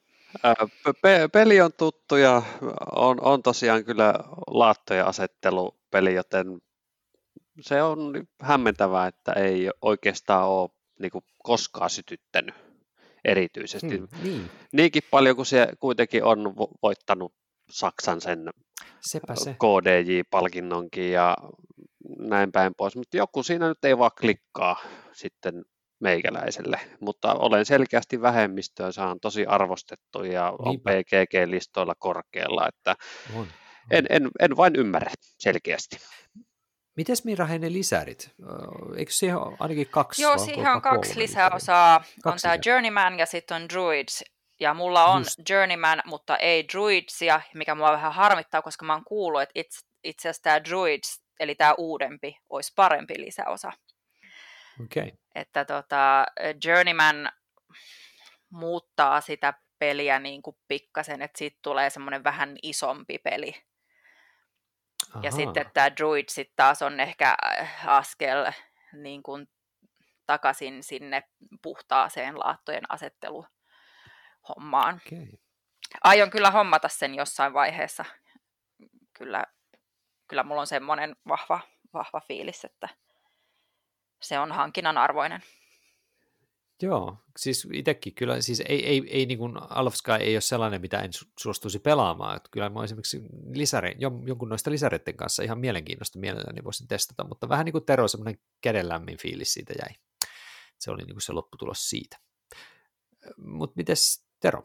Pe- peli on tuttu ja on, on tosiaan kyllä laattojen asettelupeli, joten se on hämmentävää, että ei oikeastaan ole niin kuin koskaan sytyttänyt erityisesti. Hmm, niin. Niinkin paljon kuin se kuitenkin on voittanut Saksan sen Sepä se. K D J-palkinnonkin ja näin päin pois, mutta joku siinä nyt ei vaan klikkaa sitten meikäläiselle, mutta olen selkeästi vähemmistöä, saan tosi arvostettu ja on P G G-listoilla korkealla, että on, on. En, en, en vain ymmärrä selkeästi. Mites Miira hei ne lisärit? Eikö siihen ole ainakin kaksi? Joo, siihen on kaksi lisäosaa. On tämä Journeyman ja sitten on Druids. Ja mulla on Just. Journeyman, mutta ei Druidsia, mikä mua vähän harmittaa, koska mä oon kuullut, että itse, itse asiassa tämä Druids, eli tämä uudempi, olisi parempi lisäosa. Okay. Että tota, Journeyman muuttaa sitä peliä niin kuin pikkasen, että siitä tulee semmoinen vähän isompi peli. Aha. Ja sitten tämä Druid sitten taas on ehkä askel niin kuin takaisin sinne puhtaaseen laattojen asetteluhommaan. Okay. Aion kyllä hommata sen jossain vaiheessa. Kyllä, kyllä mulla on semmoinen vahva, vahva fiilis, että se on hankinnan arvoinen. Joo, siis itsekin kyllä, siis ei, ei, ei niin kuin Alfsky ei ole sellainen, mitä en suostuisi pelaamaan, että kyllä mä esimerkiksi lisäre, jonkun noista lisäreiden kanssa ihan mielenkiintoista mielelläni voisin testata, mutta vähän niin kuin Tero, semmoinen kädenlämmin fiilis siitä jäi. Se oli niin kuin se lopputulos siitä. Mutta mites Tero?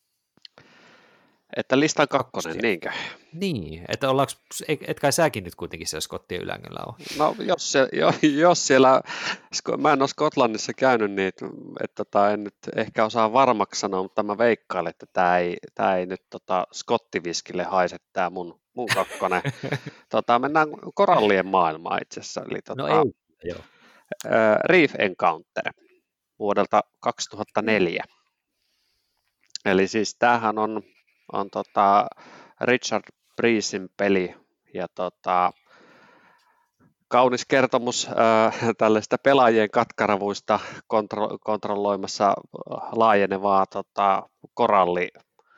Että listan kakkonen, niinkö? Niin, että ollaanko, et kai säkin nyt kuitenkin siellä Skottien ylängöllä ole? No jos, se, jos siellä, mä en ole Skotlannissa käynyt, niin että tota, en nyt ehkä osaa varmaksi sanoa, mutta mä veikkailen, että tämä ei, tää ei nyt tota, skottiviskille haise tämä mun, mun kakkonen. tota, mennään korallien maailmaan itse asiassa. Eli, tota, no ei, joo. Ä, Reef Encounter vuodelta kaksituhattaneljä. Eli siis tämähän on, on tota Richard Breesin peli ja tota, kaunis kertomus äh, tällaista pelaajien katkaravuista kontro- kontrolloimassa laajenevaa tota, koralli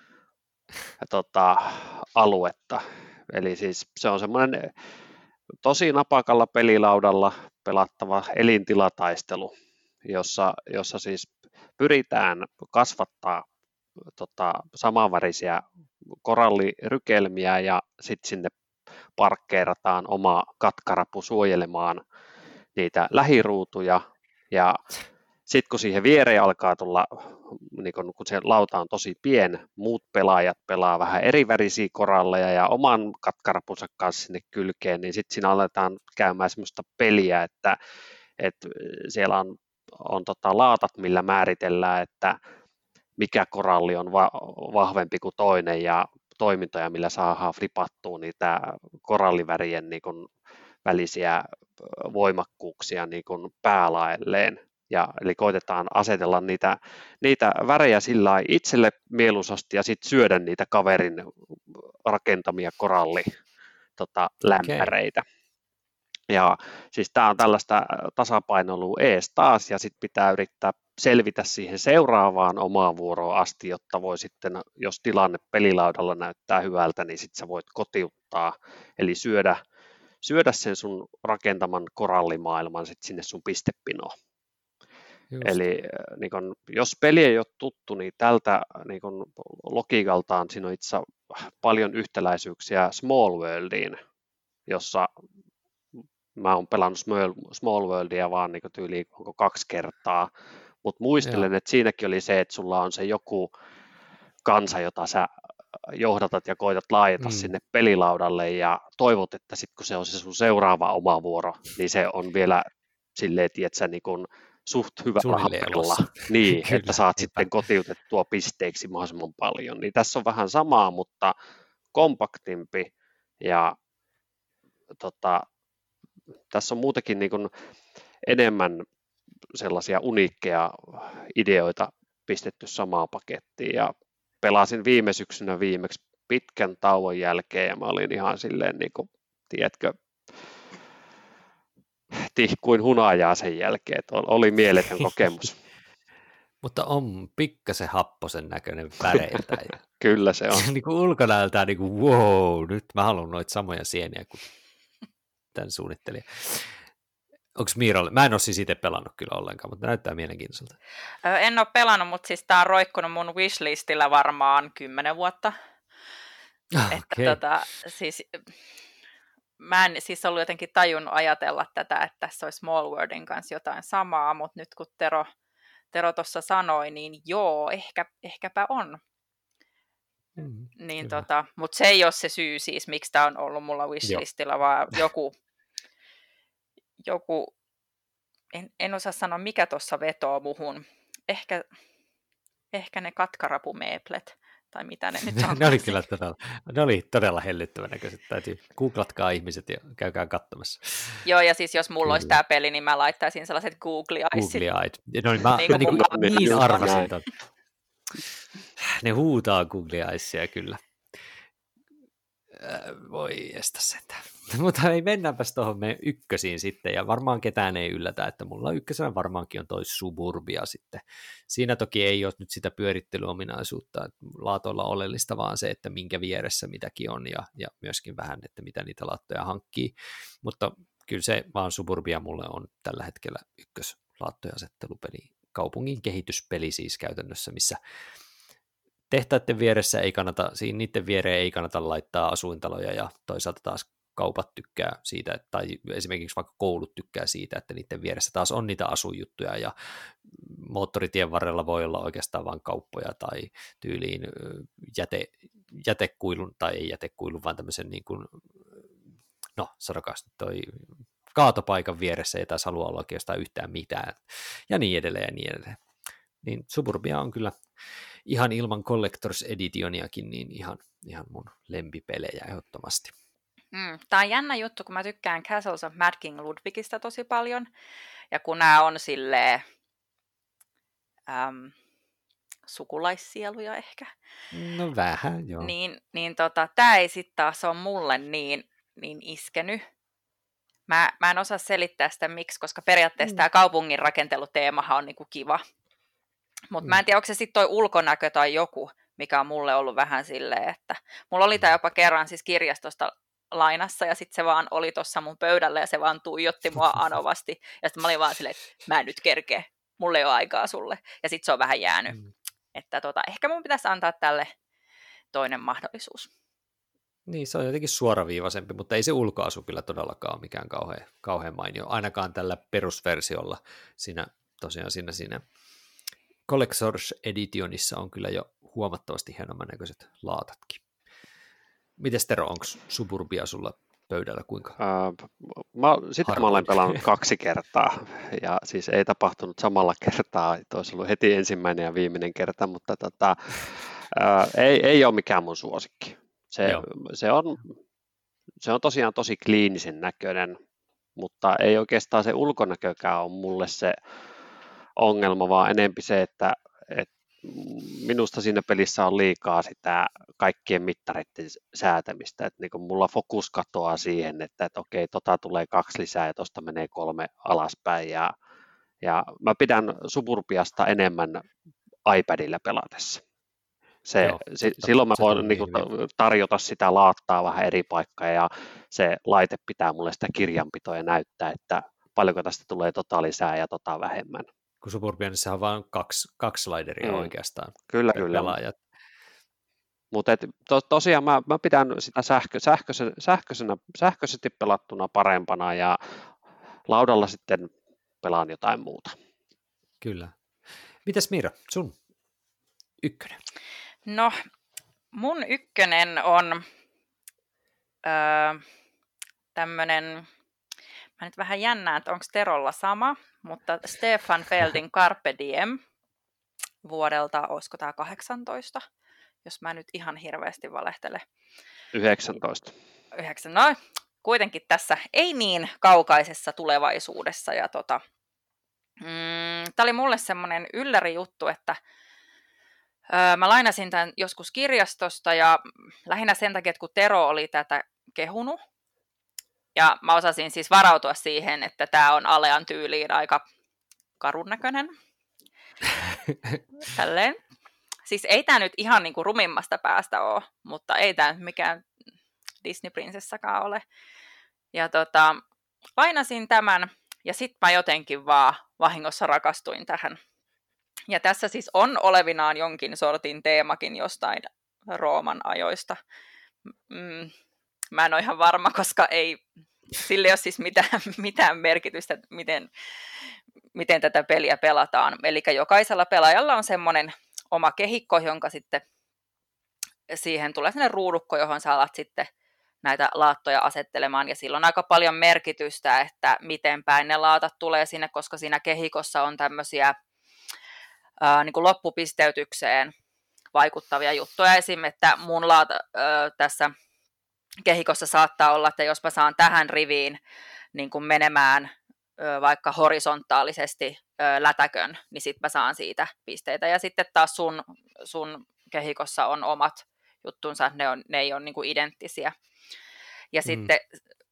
tota, aluetta. Eli siis se on semmoinen tosi napakalla pelilaudalla pelattava elintilataistelu, jossa, jossa siis pyritään kasvattaa tota, samanvärisiä korallirykelmiä ja sitten sinne parkkeerataan oma katkarapu suojelemaan niitä lähiruutuja ja sitten kun siihen viereen alkaa tulla, niin kun, kun se lauta on tosi pieni, muut pelaajat pelaa vähän erivärisiä koralleja ja oman katkarapunsa kanssa sinne kylkeen, niin sitten siinä aletaan käymään semmoista peliä, että, että siellä on, on tota laatat, millä määritellään, että mikä koralli on va- vahvempi kuin toinen ja toimintoja, millä saadaan flipattua niitä korallivärien niin kuin välisiä voimakkuuksia niin kuin päälaelleen. Ja, eli koitetaan asetella niitä, niitä värejä sillä itselle mieluisasti ja sitten syödä niitä kaverin rakentamia koralli tota, lämpäreitä. Okay. Ja siis tämä on tällaista tasapainoilua ees taas ja sitten pitää yrittää selvitä siihen seuraavaan omaan vuoroon asti, jotta voi sitten, jos tilanne pelilaudalla näyttää hyvältä, niin sitten sä voit kotiuttaa, eli syödä, syödä sen sun rakentaman korallimaailman sitten sinne sun pistepinoon. Just. Eli niin kun, jos peli ei ole tuttu, niin tältä niin kun, logiikaltaan siinä on itse paljon yhtäläisyyksiä Small Worldiin, jossa mä oon pelannut Small Worldia vaan niin tyyliin onko kaksi kertaa, mutta muistelen, Joo. että siinäkin oli se, että sulla on se joku kansa, jota sä johdatat ja koitat laajata mm. sinne pelilaudalle ja toivot, että sitten kun se on se sun seuraava oma vuoro, niin se on vielä silleen, tietsä, niin kuin suht hyvä hapella, niin, Kyllä, että saat eipä. sitten kotiutettua pisteiksi mahdollisimman paljon. Niin tässä on vähän samaa, mutta kompaktimpi ja tota, tässä on muutenkin niin kuin enemmän sellaisia uniikkeja ideoita pistetty samaan pakettiin ja pelasin viime syksynä viimeksi pitkän tauon jälkeen ja mä olin ihan silleen niin kuin, tiedätkö, tihkuin hunajaa sen jälkeen, että oli mieletön kokemus. Mutta on pikkasen happosen näköinen väreiltä. Kyllä se on. Niin kuin ulkonäöltään niin kuin wow, nyt mä haluan noita samoja sieniä kuin tämän suunnittelija. Onko Miiralle? Mä en ole siis itse pelannut kyllä ollenkaan, mutta näyttää mielenkiintoiselta. En ole pelannut, mutta siis tää on roikkunut mun wishlistillä varmaan kymmenen vuotta. Ah, että okay. tota, siis, mä en siis ollut jotenkin tajunnut ajatella tätä, että tässä olisi Small Worldin kanssa jotain samaa, mutta nyt kun Tero, Tero tuossa sanoi, niin joo, ehkä, ehkäpä on. Mm, niin tota, mutta se ei ole se syy siis, miksi tämä on ollut mulla wishlistillä, joo. vaan joku... Joku, en, en osaa sanoa mikä tuossa vetoo muhun, ehkä, ehkä ne katkarapumeeplet, tai mitä ne nyt on. ne, oli kyllä todella, ne oli todella hellyttävän näköiset, täytyy googlatkaa ihmiset ja käykää katsomassa. Joo, ja siis jos mulla kyllä. olisi tämä peli, niin mä laittaisin sellaiset Google-aisit. Google-ait. No, niin mä, niin mä niin, kuin, niin arvasin ton. Ne huutaa Google-aisia kyllä. Äh, voi estä sitä. Mutta ei mennäänpäs tuohon meidän ykkösiin sitten, ja varmaan ketään ei yllätä, että mulla ykkösenä varmaankin on toi Suburbia sitten. Siinä toki ei ole nyt sitä pyörittelyominaisuutta, että laatoilla on oleellista vaan se, että minkä vieressä mitäkin on, ja, ja myöskin vähän, että mitä niitä laattoja hankkii, mutta kyllä se vaan Suburbia mulle on tällä hetkellä ykköslaattojasettelupeli, kaupungin kehityspeli siis käytännössä, missä tehtaiden vieressä ei kannata, siinä niiden viereen ei kannata laittaa asuintaloja, ja toisaalta taas kaupat tykkää siitä, tai esimerkiksi vaikka koulut tykkää siitä, että niiden vieressä taas on niitä asuinjuttuja, ja moottoritien varrella voi olla oikeastaan vain kauppoja, tai tyyliin jäte, jätekuilun, tai ei jätekuilun, vaan tämmöisen niin kuin, no sanokas nyt toi kaatopaikan vieressä ei taas halua olla oikeastaan yhtään mitään, ja niin edelleen, ja niin edelleen. Niin Suburbia on kyllä ihan ilman Collectors Editioniakin, niin ihan, ihan mun lempipelejä ehdottomasti. Mm, tämä on jännä juttu, kun mä tykkään Castles of Mad King Ludwigista tosi paljon, ja kun nämä on silleen äm, sukulaissieluja ehkä, No vähän, joo. niin, niin tota, tämä ei sitten taas ole mulle niin, niin iskenyt. Mä, mä en osaa selittää sitä miksi, koska periaatteessa mm. tämä kaupungin rakenteluteemahan on niinku kiva. Mutta mm. mä en tiedä, onko se sitten toi ulkonäkö tai joku, mikä on mulle ollut vähän silleen, että mulla oli tämä jopa kerran siis kirjastosta lainassa, ja sitten se vaan oli tuossa mun pöydällä, ja se vaan tuijotti mua anovasti, ja sitten mä olin vaan silleen, että mä en nyt kerkeä, mulla ei ole aikaa sulle, ja sitten se on vähän jäänyt, mm. että tota, ehkä mun pitäisi antaa tälle toinen mahdollisuus. Niin, se on jotenkin suoraviivaisempi, mutta ei se ulkoasu kyllä todellakaan ole mikään kauhean, kauhean mainio, ainakaan tällä perusversiolla. Siinä, tosiaan siinä, siinä Collectors Editionissa on kyllä jo huomattavasti hienomman näköiset laatatkin. Mites Tero, onko Suburbia sulla pöydällä kuinka? Uh, mä, sitä mä olen pelannut kaksi kertaa, ja siis ei tapahtunut samalla kertaa, olisi ollut heti ensimmäinen ja viimeinen kerta, mutta tota, uh, ei, ei ole mikään mun suosikki. Se, se, on, se on tosiaan tosi kliinisen näköinen, mutta ei oikeastaan se ulkonäkökään ole mulle se ongelma, vaan enempi se, että, että minusta siinä pelissä on liikaa sitä kaikkien mittareiden säätämistä, että niin kuin mulla fokus katoaa siihen, että, että okei, tota tulee kaksi lisää ja tosta menee kolme alaspäin, ja, ja mä pidän Suburbiasta enemmän iPadilla pelatessa. Se, Joo, si, silloin mä voin niin kuin, tarjota sitä laattaa vähän eri paikkaa, ja se laite pitää mulle sitä kirjanpitoa ja näyttää, että paljonko tästä tulee tota lisää ja tota vähemmän. Kun Suburbianissa on vain kaksi, kaksi slideria mm. oikeastaan. Kyllä, kyllä. Mutta to, tosiaan mä, mä pidän sitä sähkö, sähköisen, sähköisenä, sähköisesti pelattuna parempana, ja laudalla sitten pelaan jotain muuta. Kyllä. Mitäs Miira, sun ykkönen? No, mun ykkönen on öö, tämmönen, mä nyt vähän jännään, että onko Terolla sama, mutta Stefan Feldin Carpe Diem vuodelta, olisiko tämä kahdeksantoista, jos mä nyt ihan hirveästi valehtele. yhdeksäntoista. Yhdeksän, no kuitenkin tässä ei niin kaukaisessa tulevaisuudessa. Ja tota, mm, tämä oli mulle semmoinen ylläri juttu, että öö, mä lainasin tämän joskus kirjastosta, ja lähinnä sen takia, että kun Tero oli tätä kehunut, ja mä osasin siis varautua siihen, että tämä on Alean tyyliin aika karun näköinen. Tälleen. Siis ei tämä nyt ihan niinku rumimmasta päästä ole, mutta ei tämä mikään Disney-prinsessakaan ole. Ja tota, lainasin tämän, ja sitten mä jotenkin vaan vahingossa rakastuin tähän. Ja tässä siis on olevinaan jonkin sortin teemakin jostain Rooman ajoista. Mm, mä en ole ihan varma, koska ei, sillä ei ole siis mitään, mitään merkitystä, miten, miten tätä peliä pelataan. Eli jokaisella pelaajalla on semmoinen oma kehikko, jonka sitten siihen tulee sellainen ruudukko, johon sä alat sitten näitä laattoja asettelemaan, ja sillä on aika paljon merkitystä, että miten päin ne laatat tulee sinne, koska siinä kehikossa on tämmöisiä ää, niin kuin loppupisteytykseen vaikuttavia juttuja. Esimerkiksi, että mun laata ää, tässä kehikossa saattaa olla, että jos mä saan tähän riviin niin kuin menemään ää, vaikka horisontaalisesti ää, lätäkön, niin sitten mä saan siitä pisteitä. Ja sitten taas sun, sun kehikossa on omat juttunsa, ne, on, ne ei ole niin kuin identtisiä. Ja mm. sitten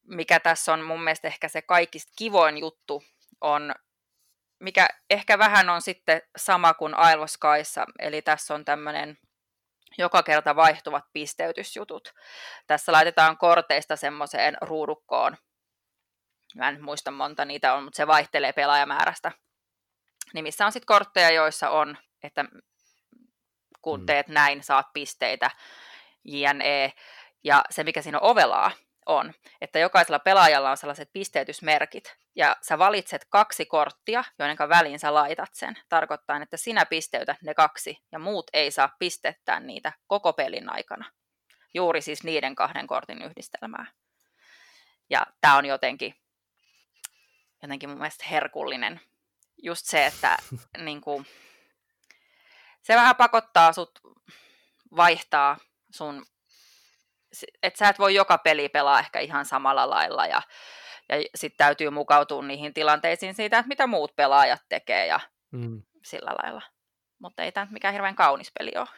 mikä tässä on mun mielestä ehkä se kaikista kivoin juttu, on, mikä ehkä vähän on sitten sama kuin Isle of Skyssa, eli tässä on tämmöinen joka kerta vaihtuvat pisteytysjutut. Tässä laitetaan korteista semmoiseen ruudukkoon. Mä en muista monta niitä on, mutta se vaihtelee pelaajamäärästä. Niin missä on sitten kortteja, joissa on, että kun teet näin, saat pisteitä, jne. Ja se, mikä siinä on ovelaa, on, että jokaisella pelaajalla on sellaiset pisteytysmerkit, ja sä valitset kaksi korttia, joiden väliin sä laitat sen, tarkoittaa, että sinä pisteytät ne kaksi, ja muut ei saa pistettää niitä koko pelin aikana. Juuri siis niiden kahden kortin yhdistelmää. Ja tää on jotenkin, jotenkin mun mielestä herkullinen. Just se, että niin kuin, se vähän pakottaa sut vaihtaa sun, että sä et voi joka peli pelaa ehkä ihan samalla lailla, ja, ja sitten täytyy mukautua niihin tilanteisiin siitä, että mitä muut pelaajat tekee, ja mm. sillä lailla. Mutta ei tämä mikään hirveän kaunis peli ole.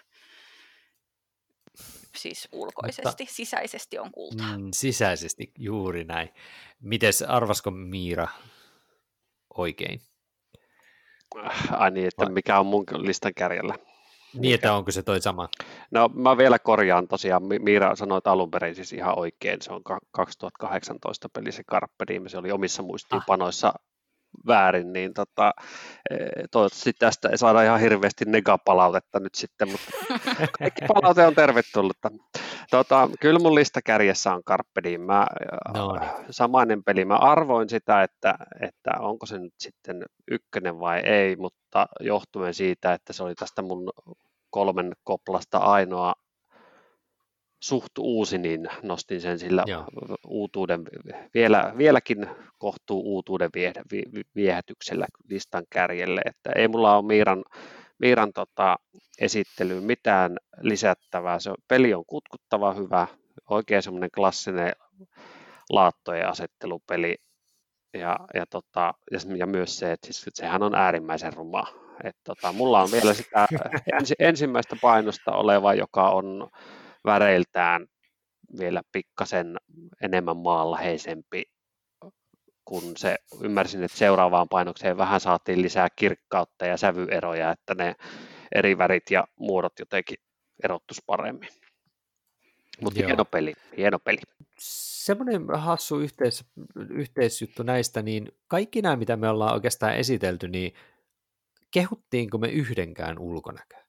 Siis ulkoisesti, Mutta, sisäisesti on kultaa. Mm, sisäisesti, juuri näin. Mites, arvasko Miira oikein? Ai niin, että mikä on mun listan kärjellä. Niin, että onko se toi sama? No mä vielä korjaan tosiaan, Miira sanoi alun perin siis ihan oikein, se on kaksituhattakahdeksantoista peli se Carpe Diem, se oli omissa muistiinpanoissa ah. väärin, niin tota, toivottavasti tästä ei saada ihan hirveästi negapalautetta nyt sitten, mutta kaikki palaute on tervetullutta. Tota, kyllä mun lista kärjessä on Carpe Diem. Mä, no. Samainen peli. Mä arvoin sitä, että, että onko se nyt sitten ykkönen vai ei, mutta johtuen siitä, että se oli tästä mun kolmen koplasta ainoa suht uusi, niin nostin sen sillä Joo. uutuuden, vielä, vieläkin kohtuu uutuuden vie, vie, viehätyksellä listan kärjelle. Että ei mulla ole Miiran Miiran tota, esittelyyn mitään lisättävää. Se peli on kutkuttava hyvä, oikein semmoinen klassinen laattojen asettelupeli ja, ja, tota, ja, ja myös se, että siis, sehän on äärimmäisen ruma. Et, tota, mulla on vielä sitä ensi, ensimmäistä painosta oleva, joka on väreiltään vielä pikkasen enemmän maanläheisempi, kun se ymmärsin, että seuraavaan painokseen vähän saatiin lisää kirkkautta ja sävyeroja, että ne eri värit ja muodot jotenkin erottus paremmin. Mutta hieno peli, hieno peli. Semmoinen hassu yhteis, yhteisjuttu näistä, niin kaikki nämä, mitä me ollaan oikeastaan esitelty, niin kehuttiinko me yhdenkään ulkonäköä?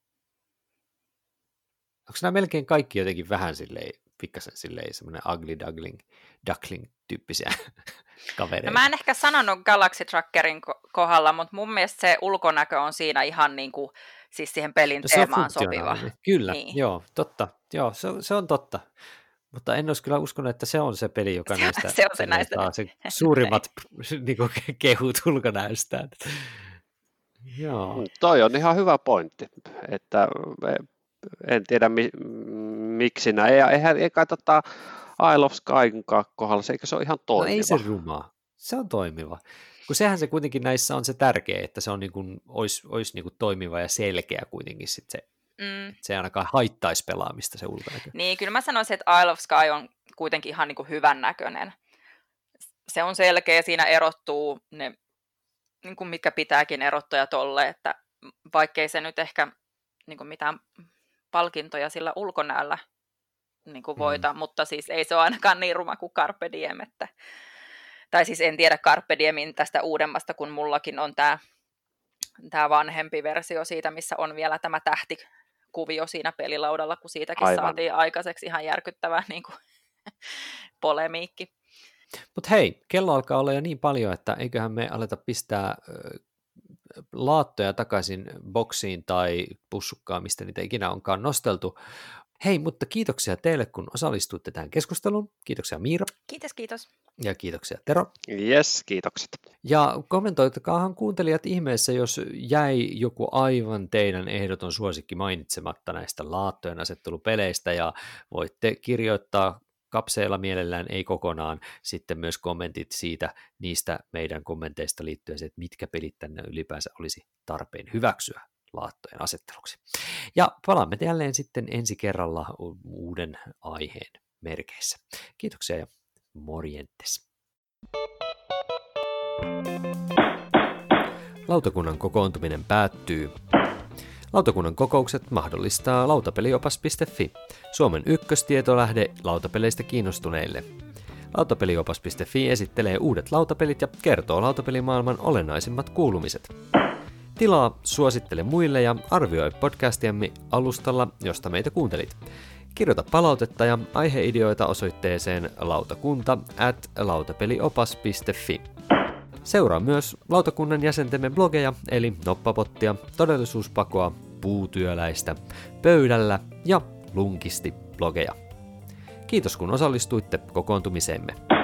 Onko nämä melkein kaikki jotenkin vähän silleen, pikkasen silleen semmoinen ugly duckling, duckling tyyppisiä kavereita? No mä en ehkä sanonut Galaxy Trackerin kohdalla, mutta mun mielestä se ulkonäkö on siinä ihan niin kuin, siis siihen pelin no, teemaan sopiva. Kyllä, niin. Joo, totta. Joo, se, se on totta. Mutta en olisi kyllä uskonut, että se on se peli, joka se, näistä, se on se näistä. Se suurimmat niin kuin, kehut ulkonäöstään. Joo. Toi on ihan hyvä pointti, että en tiedä mi, miksi näin. Eihän eikä tota Isle of Skyn kohdalla, eikö se ole ihan toimiva? No ei se rumaa, se on toimiva. Kun sehän se kuitenkin näissä on se tärkeä, että se on niin kuin, olisi, olisi niin kuin toimiva ja selkeä kuitenkin sit se. Mm. Se ei ainakaan haittaisi pelaamista se ulkonäkö. Niin, kyllä mä sanoisin, että Isle of Sky on kuitenkin ihan niin kuin hyvän näköinen. Se on selkeä, siinä erottuu ne, niin kuin mitkä pitääkin erottaa tolle, että vaikkei se nyt ehkä niin kuin mitään palkintoja sillä ulkonäöllä niin kuin voita, mm. mutta siis ei se ole ainakaan niin ruma kuin Carpe Diem. Että, tai siis en tiedä Carpe Diemin tästä uudemmasta, kun mullakin on tämä, tämä vanhempi versio siitä, missä on vielä tämä tähti. Kuvio siinä pelilaudalla, kun siitäkin Aivan. saatiin aikaiseksi ihan järkyttävä niin kuin, polemiikki. Mutta hei, kello alkaa olla jo niin paljon, että eiköhän me aleta pistää ö, laattoja takaisin boksiin tai pussukkaan, mistä niitä ikinä onkaan nosteltu. Hei, mutta kiitoksia teille, kun osallistuitte tähän keskusteluun. Kiitoksia Miira. Kiitos, kiitos. Ja kiitoksia Tero. Yes, kiitokset. Ja kommentoitakaahan kuuntelijat ihmeessä, jos jäi joku aivan teidän ehdoton suosikki mainitsematta näistä laattojen asettelupeleistä, ja voitte kirjoittaa kapseilla mielellään, ei kokonaan, sitten myös kommentit siitä, niistä meidän kommenteista liittyen se, että mitkä pelit tänne ylipäänsä olisi tarpeen hyväksyä laattojen asetteluksi. Ja palaamme jälleen sitten ensi kerralla uuden aiheen merkeissä. Kiitoksia ja Morjentes. Lautakunnan kokoontuminen päättyy. Lautakunnan kokoukset mahdollistaa lautapeliopas piste fi, Suomen ykköstietolähde lautapeleistä kiinnostuneille. Lautapeliopas piste fi esittelee uudet lautapelit ja kertoo lautapelimaailman olennaisimmat kuulumiset. Tilaa, suosittele muille ja arvioi podcastiamme alustalla, josta meitä kuuntelit. Kirjoita palautetta ja aiheideoita osoitteeseen lautakunta at lautapeliopas piste fi. Seuraa myös lautakunnan jäsentemme blogeja, eli Noppapottia, Todellisuuspakoa, Puutyöläistä, Pöydällä ja Lunkisti blogeja. Kiitos kun osallistuitte kokoontumiseemme.